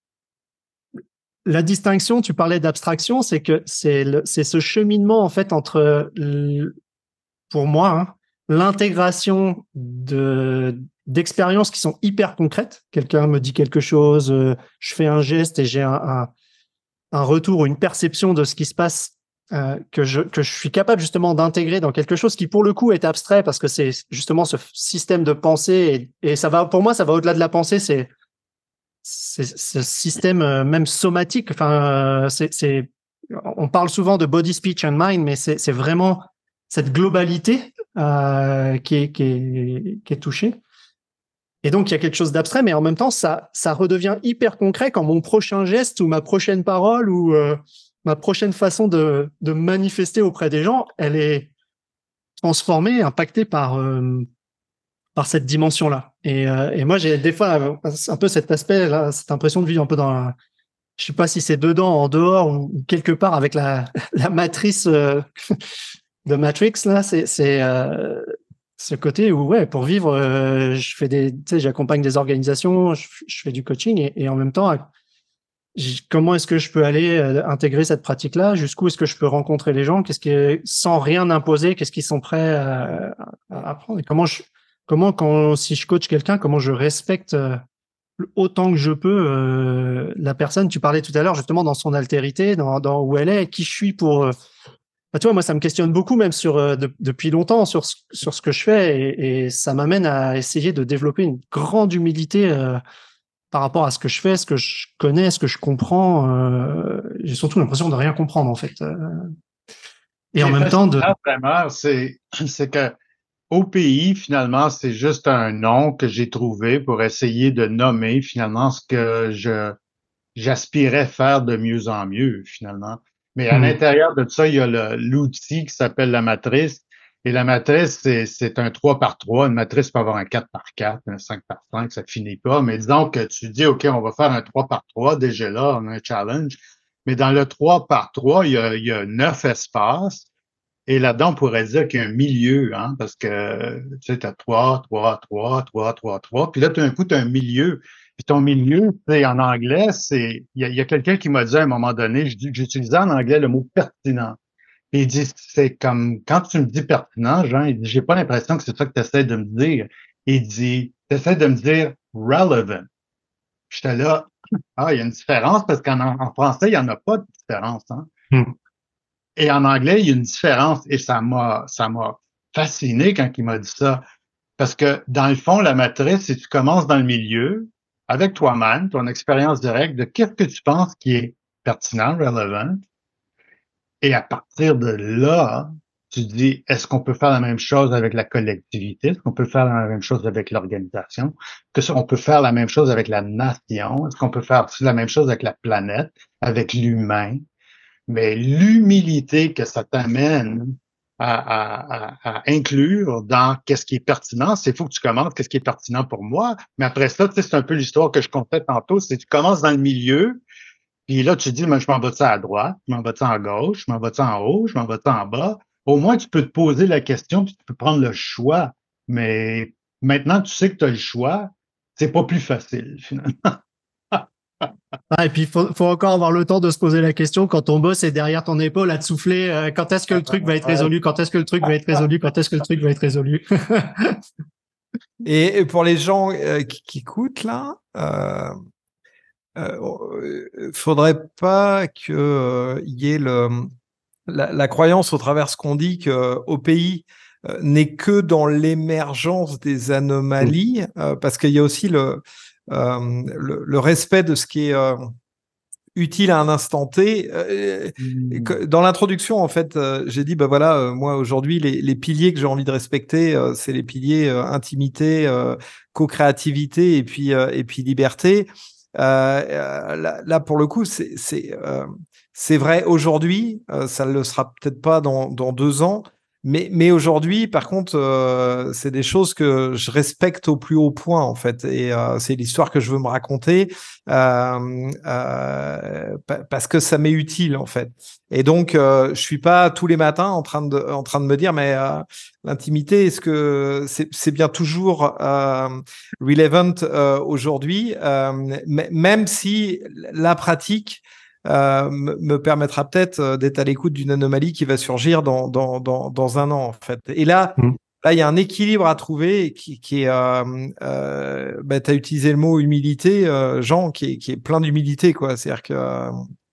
la distinction, tu parlais d'abstraction, c'est que c'est le, c'est ce cheminement en fait entre, le, pour moi, hein, l'intégration de d'expériences qui sont hyper concrètes. Quelqu'un me dit quelque chose, euh, je fais un geste et j'ai un, un un retour ou une perception de ce qui se passe. Euh, que je que je suis capable justement d'intégrer dans quelque chose qui pour le coup est abstrait parce que c'est justement ce système de pensée et, et ça va pour moi ça va au-delà de la pensée, c'est c'est ce système euh, même somatique, enfin euh, c'est c'est on parle souvent de body, speech and mind, mais c'est c'est vraiment cette globalité euh, qui est qui est qui est touchée. Et donc il y a quelque chose d'abstrait, mais en même temps ça ça redevient hyper concret quand mon prochain geste ou ma prochaine parole ou euh, ma prochaine façon de, de manifester auprès des gens, elle est transformée, impactée par, euh, par cette dimension-là. Et, euh, et moi, j'ai des fois un peu cet aspect-là, cette impression de vivre un peu dans la, je sais pas si c'est dedans, en dehors ou quelque part avec la, la matrice euh, de Matrix, là, c'est, c'est euh, ce côté où, ouais, pour vivre, euh, je fais des, tu sais, j'accompagne des organisations, je, je fais du coaching et, et en même temps, comment est-ce que je peux aller euh, intégrer cette pratique-là? Jusqu'où est-ce que je peux rencontrer les gens? Qu'est-ce qui est, sans rien imposer, qu'est-ce qu'ils sont prêts à, à apprendre? Et comment je, comment, quand, si je coach quelqu'un, comment je respecte euh, autant que je peux euh, la personne. Tu parlais tout à l'heure justement dans son altérité, dans, dans où elle est, qui je suis pour. Euh... Bah, tu vois, moi, ça me questionne beaucoup, même sur euh, de, depuis longtemps, sur ce, sur ce que je fais, et, et ça m'amène à essayer de développer une grande humilité euh, par rapport à ce que je fais, ce que je connais, ce que je comprends. Euh, j'ai surtout l'impression de rien comprendre en fait. Euh, Ce et qui en est même temps de. fascinant, vraiment, c'est, c'est que O P I, finalement, c'est juste un nom que j'ai trouvé pour essayer de nommer, finalement, ce que je, j'aspirais faire de mieux en mieux, finalement. Mais à Hmm. l'intérieur de ça, il y a le- l'outil qui s'appelle la matrice. Et la matrice, c'est, c'est un trois par trois. Une matrice peut avoir un quatre par quatre, un cinq par cinq, ça finit pas. Mais disons que tu dis, OK, on va faire un trois par trois. Déjà là, on a un challenge. Mais dans le trois par trois, il y a, il y a neuf espaces. Et là-dedans, on pourrait dire qu'il y a un milieu, hein, parce que tu sais, tu as trois, trois, trois, trois, trois, trois. Puis là, tout d'un coup, tu as un milieu. Puis ton milieu, c'est en anglais, c'est. Il y a, il y a quelqu'un qui m'a dit à un moment donné, je dis- j'utilisais en anglais le mot pertinent. Puis il dit, c'est comme quand tu me dis pertinent, Jean, il dit, j'ai pas l'impression que c'est ça que tu essaies de me dire. Il dit, tu essaies de me dire relevant. J'étais là, ah, il y a une différence parce qu'en en français, il n'y en a pas de différence, hein. Hmm. Et en anglais, il y a une différence et ça m'a, ça m'a fasciné quand il m'a dit ça. Parce que dans le fond, la matrice, si tu commences dans le milieu, avec toi-même, ton expérience directe de qu'est-ce que tu penses qui est pertinent, relevant, et à partir de là, tu dis, est-ce qu'on peut faire la même chose avec la collectivité? Est-ce qu'on peut faire la même chose avec l'organisation? Est-ce qu'on peut faire la même chose avec la nation? Est-ce qu'on peut faire aussi la même chose avec la planète, avec l'humain? Mais l'humilité que ça t'amène à, à, à, à inclure dans qu'est-ce qui est pertinent, c'est faut que tu commences qu'est-ce qui est pertinent pour moi. Mais après ça, tu sais, c'est un peu l'histoire que je comptais tantôt, c'est que tu commences dans le milieu, puis là, tu te dis, mais je m'en vais-tu à droite, je m'en vais-tu en gauche, je m'en vais-tu en haut, je m'en vais-tu en bas. Au moins, tu peux te poser la question, puis tu peux prendre le choix. Mais maintenant, tu sais que tu as le choix, c'est pas plus facile, finalement. Ah, et puis, il faut, faut encore avoir le temps de se poser la question quand ton boss est derrière ton épaule à te souffler euh, quand est-ce que le truc va être résolu, quand est-ce que le truc va être résolu, quand est-ce que le truc va être résolu. Et, et pour les gens euh, qui, qui écoutent là, euh, euh, faudrait pas que euh, y ait le la, la croyance au travers ce qu'on dit que au pays euh, n'est que dans l'émergence des anomalies, euh, parce qu'il y a aussi le, euh, le le respect de ce qui est euh, utile à un instant T. Euh, Hmm. dans l'introduction, en fait, euh, j'ai dit, bah voilà, euh, moi aujourd'hui, les, les piliers que j'ai envie de respecter, euh, c'est les piliers euh, intimité, euh, co-créativité et puis euh, et puis liberté. Euh, euh, là, là, pour le coup, c'est c'est euh, c'est vrai aujourd'hui. Euh, ça ne le sera peut-être pas dans dans deux ans. Mais, mais aujourd'hui, par contre, euh, c'est des choses que je respecte au plus haut point, en fait. Et euh, c'est l'histoire que je veux me raconter euh, euh, parce que ça m'est utile, en fait. Et donc, euh, je suis pas tous les matins en train de, en train de me dire, mais euh, l'intimité, est-ce que c'est, c'est bien toujours euh, relevant euh, aujourd'hui, euh, même si la pratique euh, me permettra peut-être d'être à l'écoute d'une anomalie qui va surgir dans, dans, dans, dans un an, en fait. Et là, Mm. là, il y a un équilibre à trouver qui, qui est, euh, euh, bah, tu as utilisé le mot humilité, euh, Jean, qui est, qui est plein d'humilité, quoi. C'est-à-dire que euh,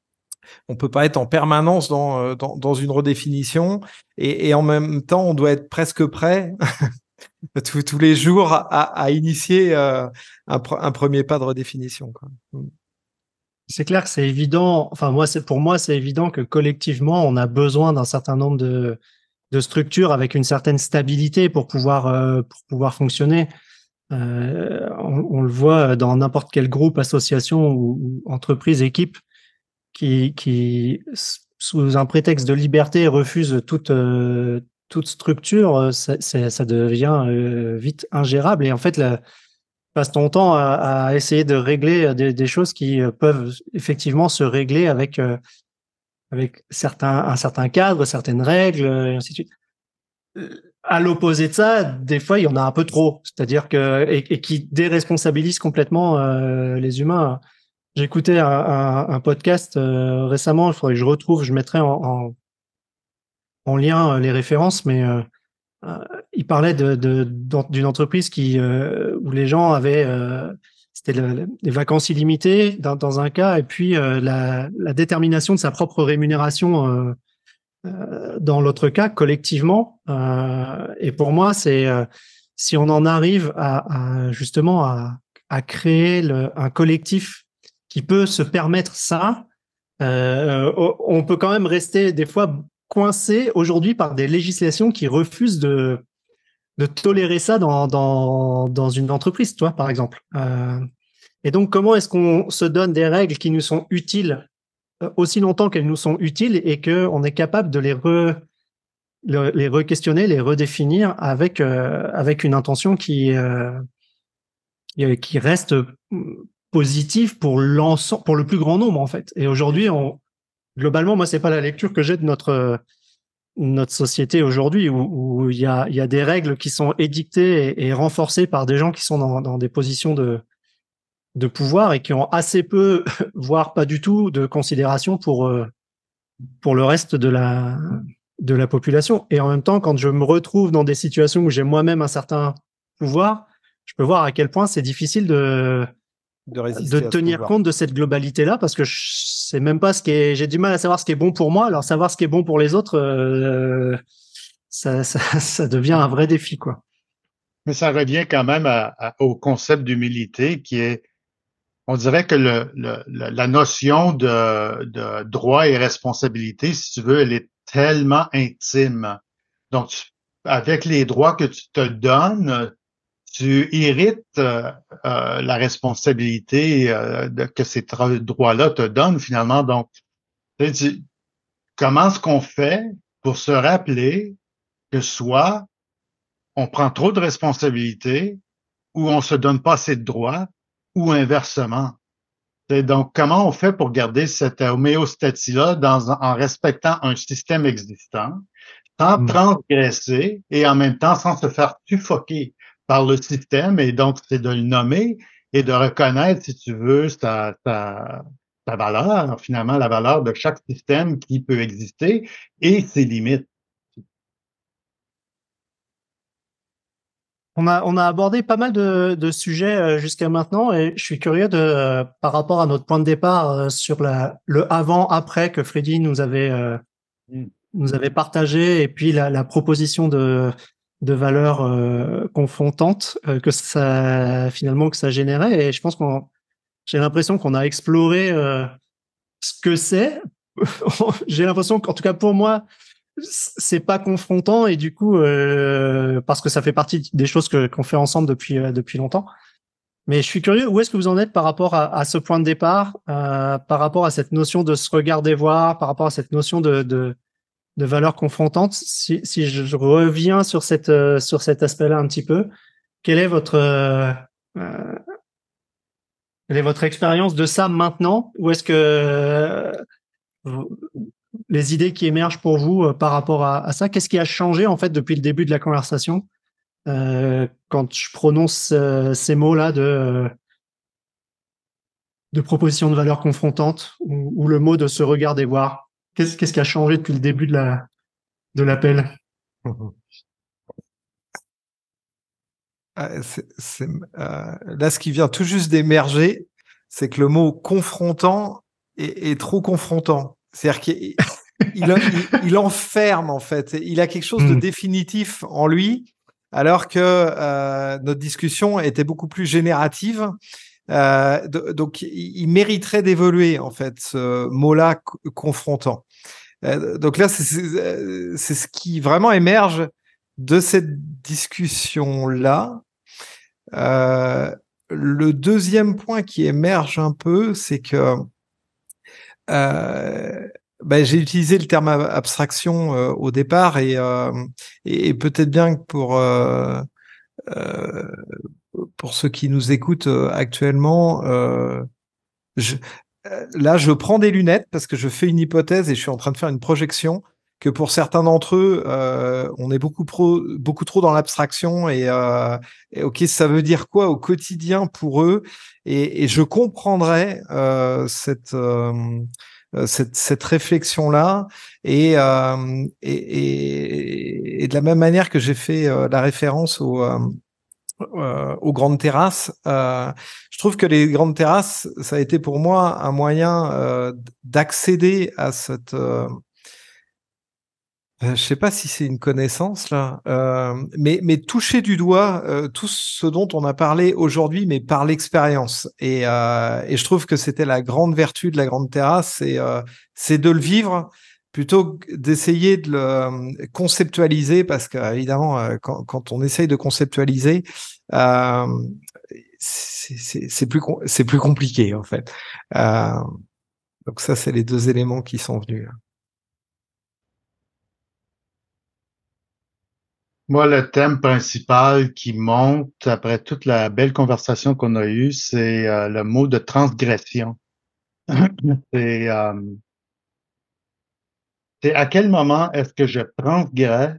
on peut pas être en permanence dans, dans, dans une redéfinition et, et en même temps, on doit être presque prêt tous, tous les jours à, à initier euh, un, un premier pas de redéfinition, quoi. C'est clair que c'est évident. Enfin, moi, c'est pour moi, c'est évident que collectivement, on a besoin d'un certain nombre de, de structures avec une certaine stabilité pour pouvoir euh, pour pouvoir fonctionner. Euh, on, on le voit dans n'importe quel groupe, association ou, ou entreprise, équipe qui qui sous un prétexte de liberté refuse toute euh, toute structure, euh, ça, ça, ça devient euh, vite ingérable. Et en fait, la, passe ton temps à, à essayer de régler des, des choses qui euh, peuvent effectivement se régler avec euh, avec certains un certain cadre, certaines règles, euh, et ainsi de suite. Euh, À l'opposé de ça, des fois, il y en a un peu trop, c'est-à-dire que et, et qui déresponsabilise complètement euh, les humains. J'écoutais un, un, un podcast euh, récemment, il faudrait que je retrouve, je mettrai en, en, en lien euh, les références, mais euh, euh, il parlait de, de, d'une entreprise qui euh, où les gens avaient euh, c'était le, les vacances illimitées dans, dans un cas, et puis euh, la, la détermination de sa propre rémunération euh, euh, dans l'autre cas, collectivement. Euh, et pour moi, c'est euh, si on en arrive à, à justement à, à créer le, un collectif qui peut se permettre ça, euh, on peut quand même rester des fois coincé aujourd'hui par des législations qui refusent de de tolérer ça dans dans dans une entreprise, toi, par exemple. Euh, et donc, comment est-ce qu'on se donne des règles qui nous sont utiles euh, aussi longtemps qu'elles nous sont utiles et que on est capable de les re le- les re-questionner, les redéfinir avec euh, avec une intention qui euh, qui reste mm, positive pour l'ensemble, pour le plus grand nombre en fait. Et aujourd'hui, on globalement, moi, c'est pas la lecture que j'ai de notre notre société aujourd'hui où, où il y a il y a des règles qui sont édictées et, et renforcées par des gens qui sont dans, dans des positions de de pouvoir et qui ont assez peu, voire pas du tout, de considération pour euh, pour le reste de la de la population. Et en même temps, quand je me retrouve dans des situations où j'ai moi-même un certain pouvoir, je peux voir à quel point c'est difficile de de de résister à ce tenir pouvoir. compte de cette globalité-là parce que je sais même pas ce qui est. J'ai du mal à savoir ce qui est bon pour moi. Alors savoir ce qui est bon pour les autres, euh, ça, ça ça devient un vrai défi, quoi. Mais ça revient quand même à- à- au concept d'humilité qui est, on dirait que le, le- le- la notion de, de droit et responsabilité, si tu veux, elle est tellement intime. Donc, tu- avec les droits que tu te donnes, tu irrites euh, euh, la responsabilité euh, de- que ces tra- droits-là te donnent finalement. Donc, tu sais, tu- comment est-ce qu'on fait pour se rappeler que soit on prend trop de responsabilités ou on se donne pas assez de droits ou inversement. Et donc, comment on fait pour garder cette homéostatie-là dans, en respectant un système existant, sans Mm. transgresser et en même temps sans se faire suffoquer par le système? Et donc, c'est de le nommer et de reconnaître, si tu veux, sa, sa, sa valeur, finalement, la valeur de chaque système qui peut exister et ses limites. On a, on a abordé pas mal de, de sujets euh, jusqu'à maintenant et je suis curieux de, euh, par rapport à notre point de départ euh, sur la, le avant-après que Freddy nous avait, euh, Mm. nous avait partagé et puis la, la proposition de, de valeurs euh, confrontantes euh, que ça, finalement, que ça générait. Et je pense qu'on, j'ai l'impression qu'on a exploré euh, ce que c'est. J'ai l'impression qu'en tout cas pour moi, c'est pas confrontant et du coup euh, parce que ça fait partie des choses que qu'on fait ensemble depuis euh, depuis longtemps. Mais je suis curieux, où est-ce que vous en êtes par rapport à, à ce point de départ, euh, par rapport à cette notion de se regarder voir, par rapport à cette notion de de, de valeur confrontante. Si, si je reviens sur cette euh, sur cet aspect-là un petit peu, quelle est votre euh, euh, quelle est votre expérience de ça maintenant? Ou est-ce que euh, vous- les idées qui émergent pour vous euh, par rapport à, à ça, qu'est-ce qui a changé en fait depuis le début de la conversation euh, quand je prononce euh, ces mots-là de, euh, de proposition de valeur confrontante ou, ou le mot de se regarder voir. Qu'est-ce qu'est-ce qui a changé depuis le début de la de l'appel? Ah, c'est- c'est- euh, là, ce qui vient tout juste d'émerger, c'est que le mot confrontant est, est trop confrontant. C'est-à-dire qu'il il, il, il enferme, en fait. Il a quelque chose de Hmm. définitif en lui, alors que euh, notre discussion était beaucoup plus générative. Euh, do- donc, il, il mériterait d'évoluer, en fait, ce mot-là, co- confrontant. Euh, donc là, c'est c'est- c'est ce qui vraiment émerge de cette discussion-là. Euh, le deuxième point qui émerge un peu, c'est que euh, ben, j'ai utilisé le terme ab- abstraction euh, au départ et, euh, et, et peut-être bien que pour euh, euh, pour ceux qui nous écoutent euh, actuellement, euh, je, euh, là je prends des lunettes parce que je fais une hypothèse et je suis en train de faire une projection que pour certains d'entre eux, euh, on est beaucoup trop, beaucoup trop dans l'abstraction et, euh, et ok, ça veut dire quoi au quotidien pour eux et, et je comprendrais euh, cette, euh, cette cette réflexion là et, euh, et, et et de la même manière que j'ai fait euh, la référence au euh, euh, aux grandes terrasses. Euh, je trouve que les grandes terrasses, ça a été pour moi un moyen euh, d'accéder à cette... Euh, euh, je sais pas si c'est une connaissance là, euh, mais, mais toucher du doigt euh, tout ce dont on a parlé aujourd'hui, mais par l'expérience. Et, euh, et je trouve que c'était la grande vertu de la grande terrasse, c'est euh, c'est de le vivre plutôt que d'essayer de le conceptualiser, parce qu'évidemment, euh, quand, quand on essaye de conceptualiser, euh, c'est c'est- c'est plus com- c'est plus compliqué en fait. Euh, donc ça, c'est les deux éléments qui sont venus. Moi, le thème principal qui monte après toute la belle conversation qu'on a eue, c'est euh, le mot de transgression. C'est euh, c'est à quel moment est-ce que je transgresse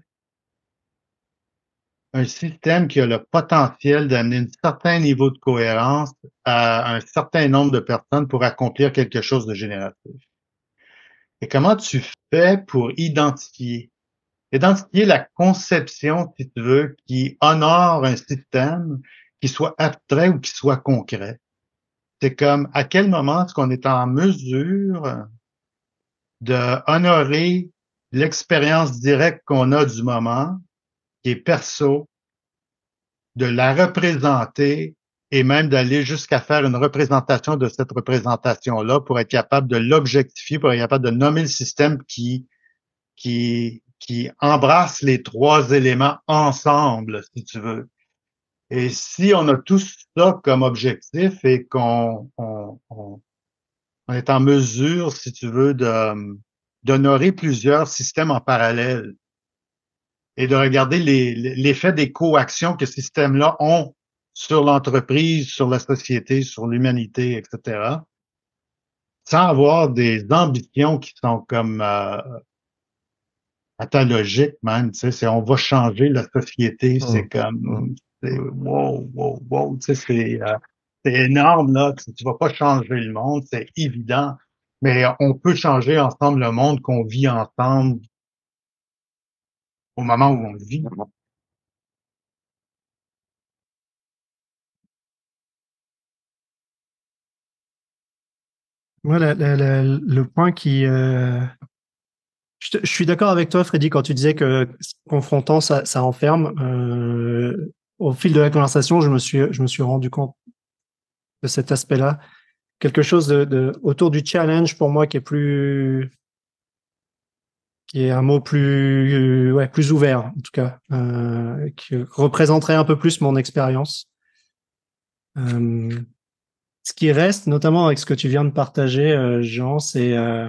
un système qui a le potentiel d'amener un certain niveau de cohérence à un certain nombre de personnes pour accomplir quelque chose de génératif. Et comment tu fais pour identifier, identifier la conception, si tu veux, qui honore un système, qui soit abstrait ou qui soit concret? C'est comme à quel moment est-ce qu'on est en mesure de honorer l'expérience directe qu'on a du moment, qui est perso, de la représenter et même d'aller jusqu'à faire une représentation de cette représentation-là pour être capable de l'objectifier, pour être capable de nommer le système qui, qui, qui embrasse les trois éléments ensemble, si tu veux. Et si on a tout ça comme objectif et qu'on on, on, on est en mesure, si tu veux, de, d'honorer plusieurs systèmes en parallèle et de regarder les, l'effet des coactions que ces systèmes-là ont sur l'entreprise, sur la société, sur l'humanité, et cetera, sans avoir des ambitions qui sont comme euh, pathologiques même, tu sais, c'est on va changer la société, c'est Mmh. comme, c'est wow, wow, wow, tu sais, c'est euh, c'est énorme, là, tu, tu vas pas changer le monde, c'est évident, mais on peut changer ensemble le monde qu'on vit ensemble au moment où on le vit. Moi, la- la- la- le point qui... euh, Je, te- je suis d'accord avec toi, Freddy, quand tu disais que confrontant, ça, ça enferme. Euh, au fil de la conversation, je me suis, je me suis rendu compte de cet aspect-là. Quelque chose de, de autour du challenge pour moi qui est plus, qui est un mot plus, ouais, plus ouvert en tout cas, euh, qui représenterait un peu plus mon expérience. Euh, ce qui reste, notamment avec ce que tu viens de partager, euh, Jean, c'est euh,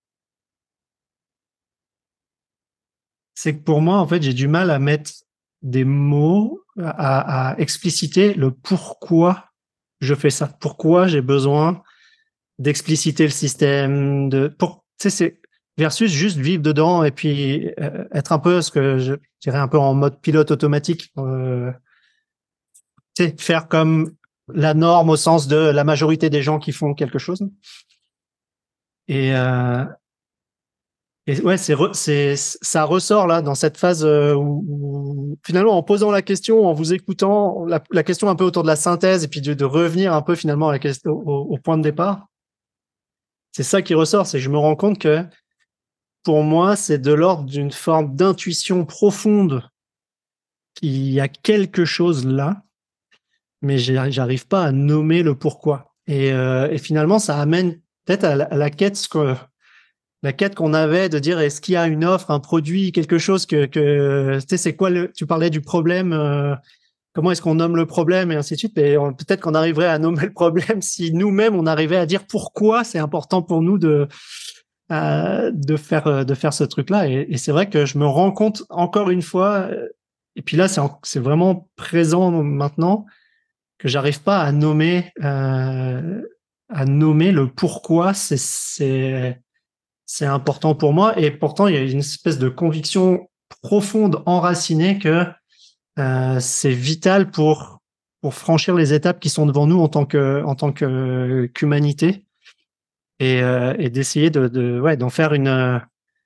c'est que pour moi, en fait, j'ai du mal à mettre des mots, à, à expliciter le pourquoi je fais ça. Pourquoi j'ai besoin d'expliciter le système, de, pour, tu sais, c'est versus juste vivre dedans et puis euh, être un peu, ce que je dirais un peu en mode pilote automatique, euh, tu sais, faire comme la norme au sens de la majorité des gens qui font quelque chose. Et, euh, Et ouais, c'est, re- c'est, ça ressort là dans cette phase euh, où, où, finalement, en posant la question, en vous écoutant, la, la question un peu autour de la synthèse et puis de, de revenir un peu finalement à la question, au, au point de départ, c'est ça qui ressort. C'est que je me rends compte que pour moi, c'est de l'ordre d'une forme d'intuition profonde qu'il y a quelque chose là, mais j'ai- j'arrive pas à nommer le pourquoi. Et, euh, et finalement, ça amène peut-être à la, à la quête ce que la quête qu'on avait de dire est-ce qu'il y a une offre, un produit, quelque chose que, que tu sais, c'est quoi le, tu parlais du problème, euh, comment est-ce qu'on nomme le problème et ainsi de suite. Mais on- peut-être qu'on arriverait à nommer le problème si nous-mêmes on arrivait à dire pourquoi c'est important pour nous de euh, de faire euh, de faire ce truc-là. Et, et c'est vrai que je me rends compte encore une fois, euh, et puis là c'est en- c'est vraiment présent maintenant que j'arrive pas à nommer euh, à nommer le pourquoi c'est c'est c'est important pour moi. Et pourtant, il y a une espèce de conviction profonde, enracinée, que euh, c'est vital pour pour franchir les étapes qui sont devant nous en tant que en tant que qu'humanité et, euh, et d'essayer de, de ouais d'en faire une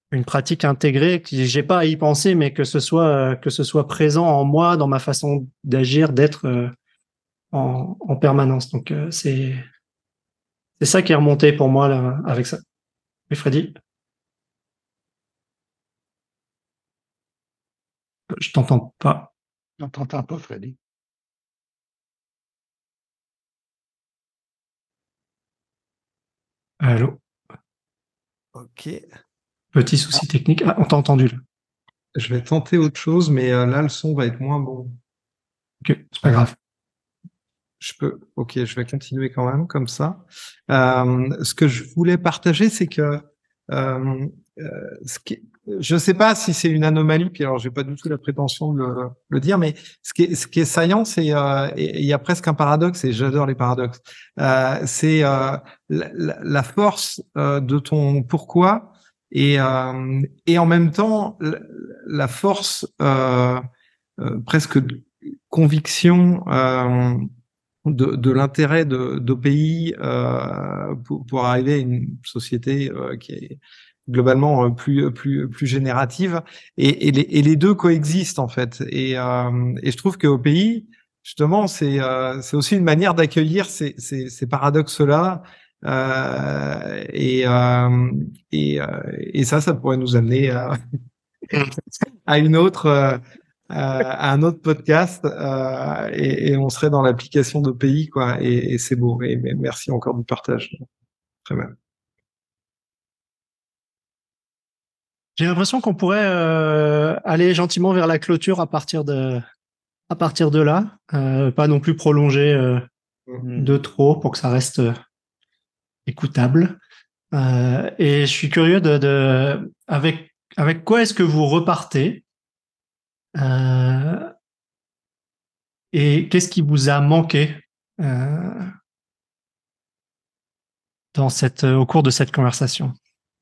une pratique intégrée, que j'ai pas à y penser, mais que ce soit, que ce soit présent en moi, dans ma façon d'agir, d'être euh, en, en permanence. Donc, euh, c'est, c'est ça qui est remonté pour moi, là, avec ça. Oui, Freddy, je t'entends pas. On t'entend pas, Freddy. Allô? Ok. Petit souci technique. Ah, on t'a entendu, là. Je vais tenter autre chose, mais euh, là, le son va être moins bon. Ok, c'est pas grave. Je peux. Ok, je vais continuer quand même comme ça. Euh, ce que je voulais partager, c'est que euh, euh, ce qui, je sais pas si c'est une anomalie, puis alors j'ai pas du tout la prétention de le, le dire, mais ce qui est, ce qui est saillant, c'est euh, et il y a presque un paradoxe, et j'adore les paradoxes. Euh, c'est euh, la, la- la force euh, de ton pourquoi et euh, et en même temps la, la force euh, euh, presque de conviction. Euh, de, de l'intérêt de, de pays euh, pour, pour arriver à une société euh, qui est globalement euh, plus plus plus générative et, et, les, et les deux coexistent en fait et, euh, et je trouve qu'au pays justement c'est euh, c'est aussi une manière d'accueillir ces, ces, ces paradoxes là euh, et, euh, et, euh, et ça ça pourrait nous amener à, à une autre euh, euh, à un autre podcast euh, et, et on serait dans l'application de pays quoi et, et c'est beau et, mais merci encore du partage très bien. J'ai l'impression qu'on pourrait euh, aller gentiment vers la clôture à partir de, à partir de là. Euh, pas non plus prolonger euh, de Hmm. trop pour que ça reste euh, écoutable. Euh, et je suis curieux de, de avec avec quoi est-ce que vous repartez euh, et qu'est-ce qui vous a manqué euh, dans cette au cours de cette conversation.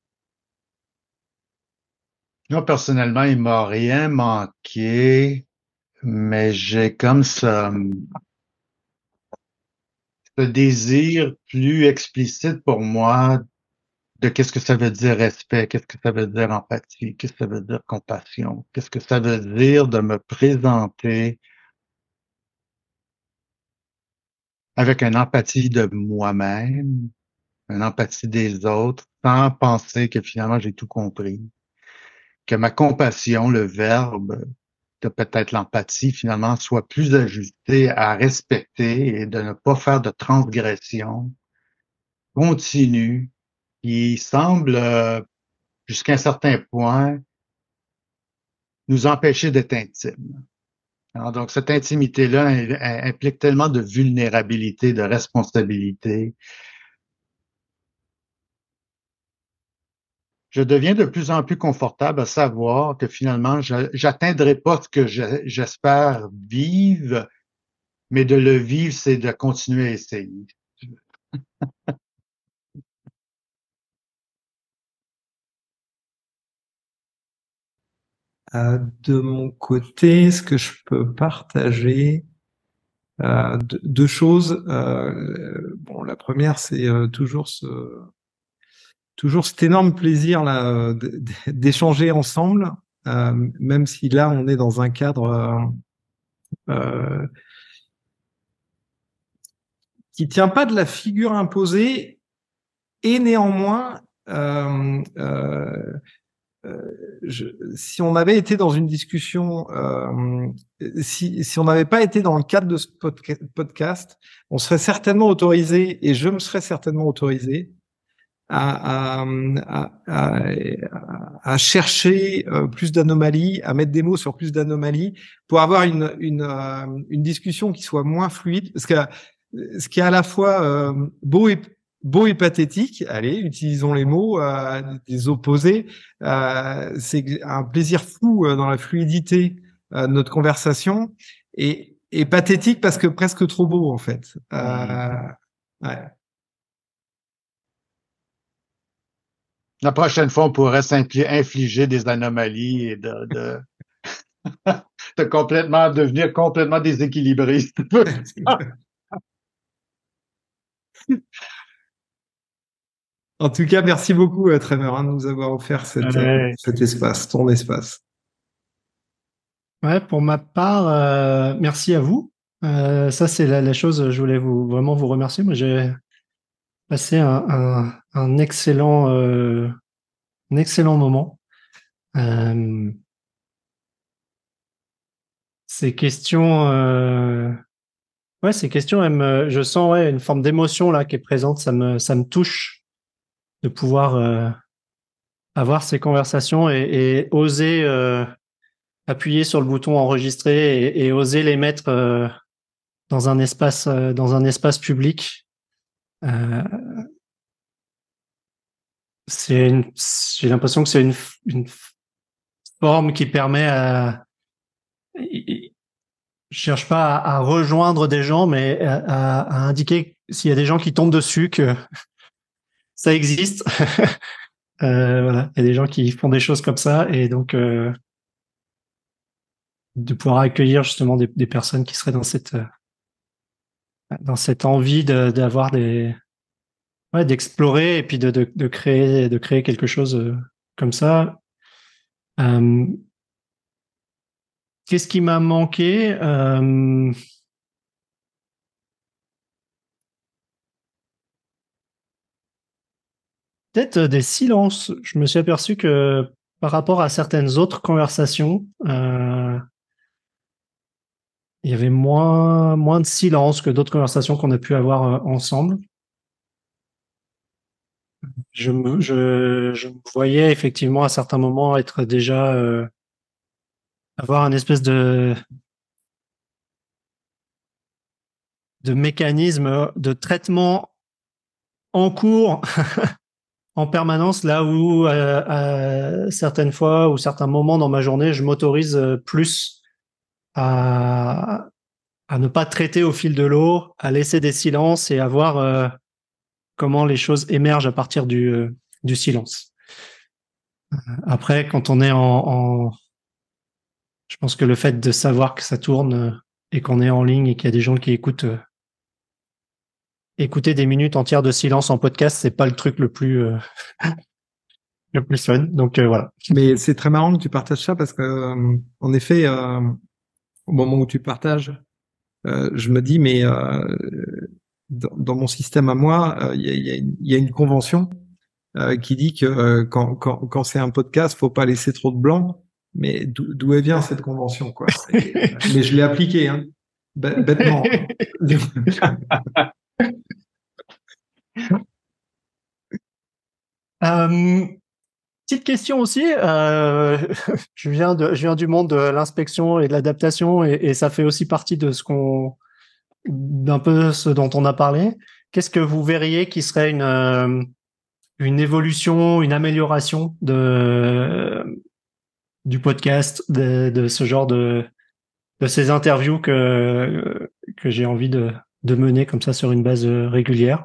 Moi, personnellement, il m'a rien manqué, mais j'ai comme ce, ce désir plus explicite pour moi de qu'est-ce que ça veut dire respect, qu'est-ce que ça veut dire empathie, qu'est-ce que ça veut dire compassion, qu'est-ce que ça veut dire de me présenter avec une empathie de moi-même, une empathie des autres, sans penser que finalement j'ai tout compris, que ma compassion, le verbe de peut-être l'empathie, finalement, soit plus ajusté à respecter et de ne pas faire de transgression continue qui semble, euh, jusqu'à un certain point, nous empêcher d'être intimes. Alors, donc, cette intimité-là elle- elle implique tellement de vulnérabilité, de responsabilité. Je deviens de plus en plus confortable à savoir que finalement, je j'atteindrai pas ce que je- j'espère vivre, mais de le vivre, c'est de continuer à essayer. Euh, de mon côté ce que je peux partager euh, deux, deux choses euh, bon la première c'est euh, toujours ce toujours cet énorme plaisir là euh, d- d'échanger ensemble euh, même si là on est dans un cadre euh, euh, qui tient pas de la figure imposée et néanmoins euh, euh, euh, je, si on avait été dans une discussion, euh, si, si on n'avait pas été dans le cadre de ce podca- podcast, on serait certainement autorisé, et je me serais certainement autorisé, à, à, à, à, à chercher euh, plus d'anomalies, à mettre des mots sur plus d'anomalies, pour avoir une, une, euh, une discussion qui soit moins fluide. Parce que euh, ce qui est à la fois euh, beau et beau et pathétique, allez, utilisons les mots euh, des opposés, euh, c'est un plaisir fou euh, dans la fluidité euh, de notre conversation, et, et pathétique parce que presque trop beau en fait. Hmm. Euh, ouais. La prochaine fois, on pourrait s'impli- infliger des anomalies et de, de, de complètement devenir complètement déséquilibré. En tout cas, merci beaucoup, euh, Trevor, hein, de nous avoir offert cette, Ouais. euh, cet espace, ton espace. Ouais, pour ma part, euh, merci à vous. Euh, ça, c'est la, la chose, je voulais vous, vraiment vous remercier. Moi, j'ai passé un, un, un excellent, euh, un excellent moment. Euh, ces questions, euh, ouais, ces questions, elles me, je sens ouais, une forme d'émotion là qui est présente. Ça me, ça me touche de pouvoir euh, avoir ces conversations et, et oser euh, appuyer sur le bouton enregistrer et, et oser les mettre euh, dans un espace, euh, dans un espace public. Euh, c'est une, j'ai l'impression que c'est une, une forme qui permet à, je cherche pas à, à rejoindre des gens, mais à, à, à indiquer s'il y a des gens qui tombent dessus que ça existe. euh, voilà, il y a des gens qui font des choses comme ça, et donc euh, de pouvoir accueillir justement des, des personnes qui seraient dans cette dans cette envie de, d'avoir des ouais, d'explorer et puis de, de, de créer de créer quelque chose euh, comme ça. Euh, Qu'est-ce qui m'a manqué euh, Peut-être des silences. Je me suis aperçu que par rapport à certaines autres conversations, euh, il y avait moins moins de silence que d'autres conversations qu'on a pu avoir euh, ensemble. Je me, je, je me voyais effectivement à certains moments être déjà euh, avoir un espèce de de mécanisme de traitement en cours en permanence, là où euh, à certaines fois ou certains moments dans ma journée, je m'autorise euh, plus à, à ne pas traiter au fil de l'eau, à laisser des silences et à voir euh, comment les choses émergent à partir du, euh, du silence. Après, quand on est en, en... Je pense que le fait de savoir que ça tourne euh, et qu'on est en ligne et qu'il y a des gens qui écoutent euh, écouter des minutes entières de silence en podcast, c'est pas le truc le plus euh, le plus fun. Donc euh, voilà. Mais c'est très marrant que tu partages ça parce que, euh, en effet, euh, au moment où tu partages, euh, je me dis, mais euh, dans, dans mon système à moi, euh, il y, a, y, a une, y a une convention euh, qui dit que euh, quand, quand, quand c'est un podcast, faut pas laisser trop de blanc. Mais d'où d'où elle vient cette convention, quoi. Et, euh, mais je l'ai appliquée, hein, bê- bêtement. euh, Petite question aussi. Euh, je viens de, je viens du monde de l'inspection et de l'adaptation, et, et ça fait aussi partie de ce qu'on, d'un peu ce dont on a parlé. Qu'est-ce que vous verriez qui serait une euh, une évolution, une amélioration de du podcast, de, de ce genre de de ces interviews que que j'ai envie de de mener comme ça sur une base régulière?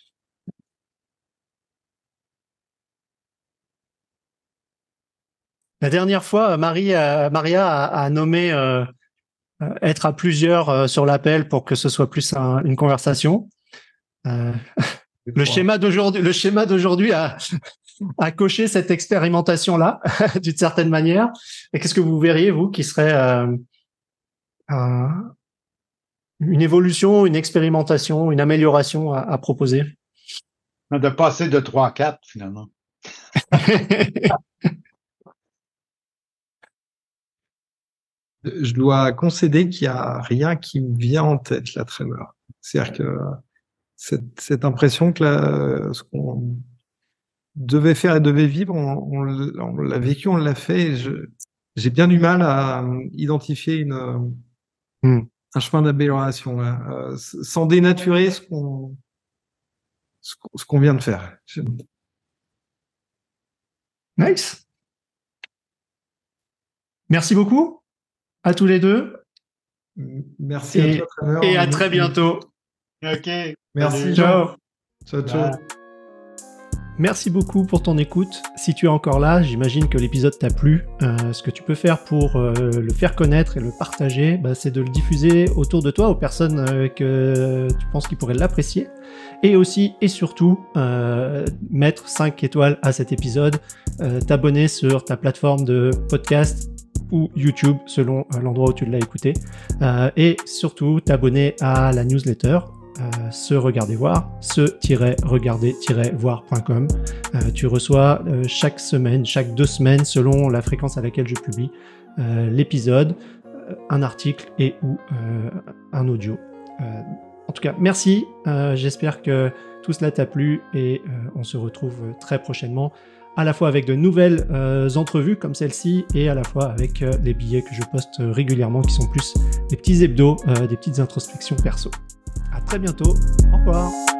La dernière fois, Marie a, Maria a, a nommé euh, être à plusieurs euh, sur l'appel pour que ce soit plus un, une conversation. Euh, le schéma d'aujourd'hui, le schéma d'aujourd'hui a, a coché cette expérimentation-là d'une certaine manière. Et qu'est-ce que vous verriez vous qui serait euh, un, une évolution, une expérimentation, une amélioration à, à proposer? De passer de trois à quatre, finalement. Je dois concéder qu'il y a rien qui me vient en tête, là, Trevor. C'est-à-dire que cette, cette impression que là, ce qu'on devait faire et devait vivre, on, on, on l'a vécu, on l'a fait. Et je, j'ai bien du mal à identifier une, hmm. un chemin d'amélioration, là, euh, sans dénaturer ce qu'on, ce qu'on, ce qu'on vient de faire. Je... Nice. Merci beaucoup à tous les deux. Merci et, à toi, Trevor. Et à très bientôt. OK. Merci, Salut. Jean. Ciao. Ciao, ciao. Bye. Merci beaucoup pour ton écoute. Si tu es encore là, j'imagine que l'épisode t'a plu. Euh, ce que tu peux faire pour euh, le faire connaître et le partager, bah, c'est de le diffuser autour de toi aux personnes euh, que tu penses qu'ils pourraient l'apprécier. Et aussi et surtout, euh, mettre cinq étoiles à cet épisode, euh, t'abonner sur ta plateforme de podcast ou YouTube selon euh, l'endroit où tu l'as écouté. Euh, et surtout, t'abonner à la newsletter. Euh, se regarder voir, se-regarder-voir point com. Euh, tu reçois euh, chaque semaine, chaque deux semaines, selon la fréquence à laquelle je publie euh, l'épisode, euh, un article et ou euh, un audio. Euh, en tout cas, merci. Euh, j'espère que tout cela t'a plu et euh, on se retrouve très prochainement, à la fois avec de nouvelles euh, entrevues comme celle-ci et à la fois avec euh, les billets que je poste régulièrement, qui sont plus des petits hebdos, euh, des petites introspections perso. À très bientôt. Au revoir.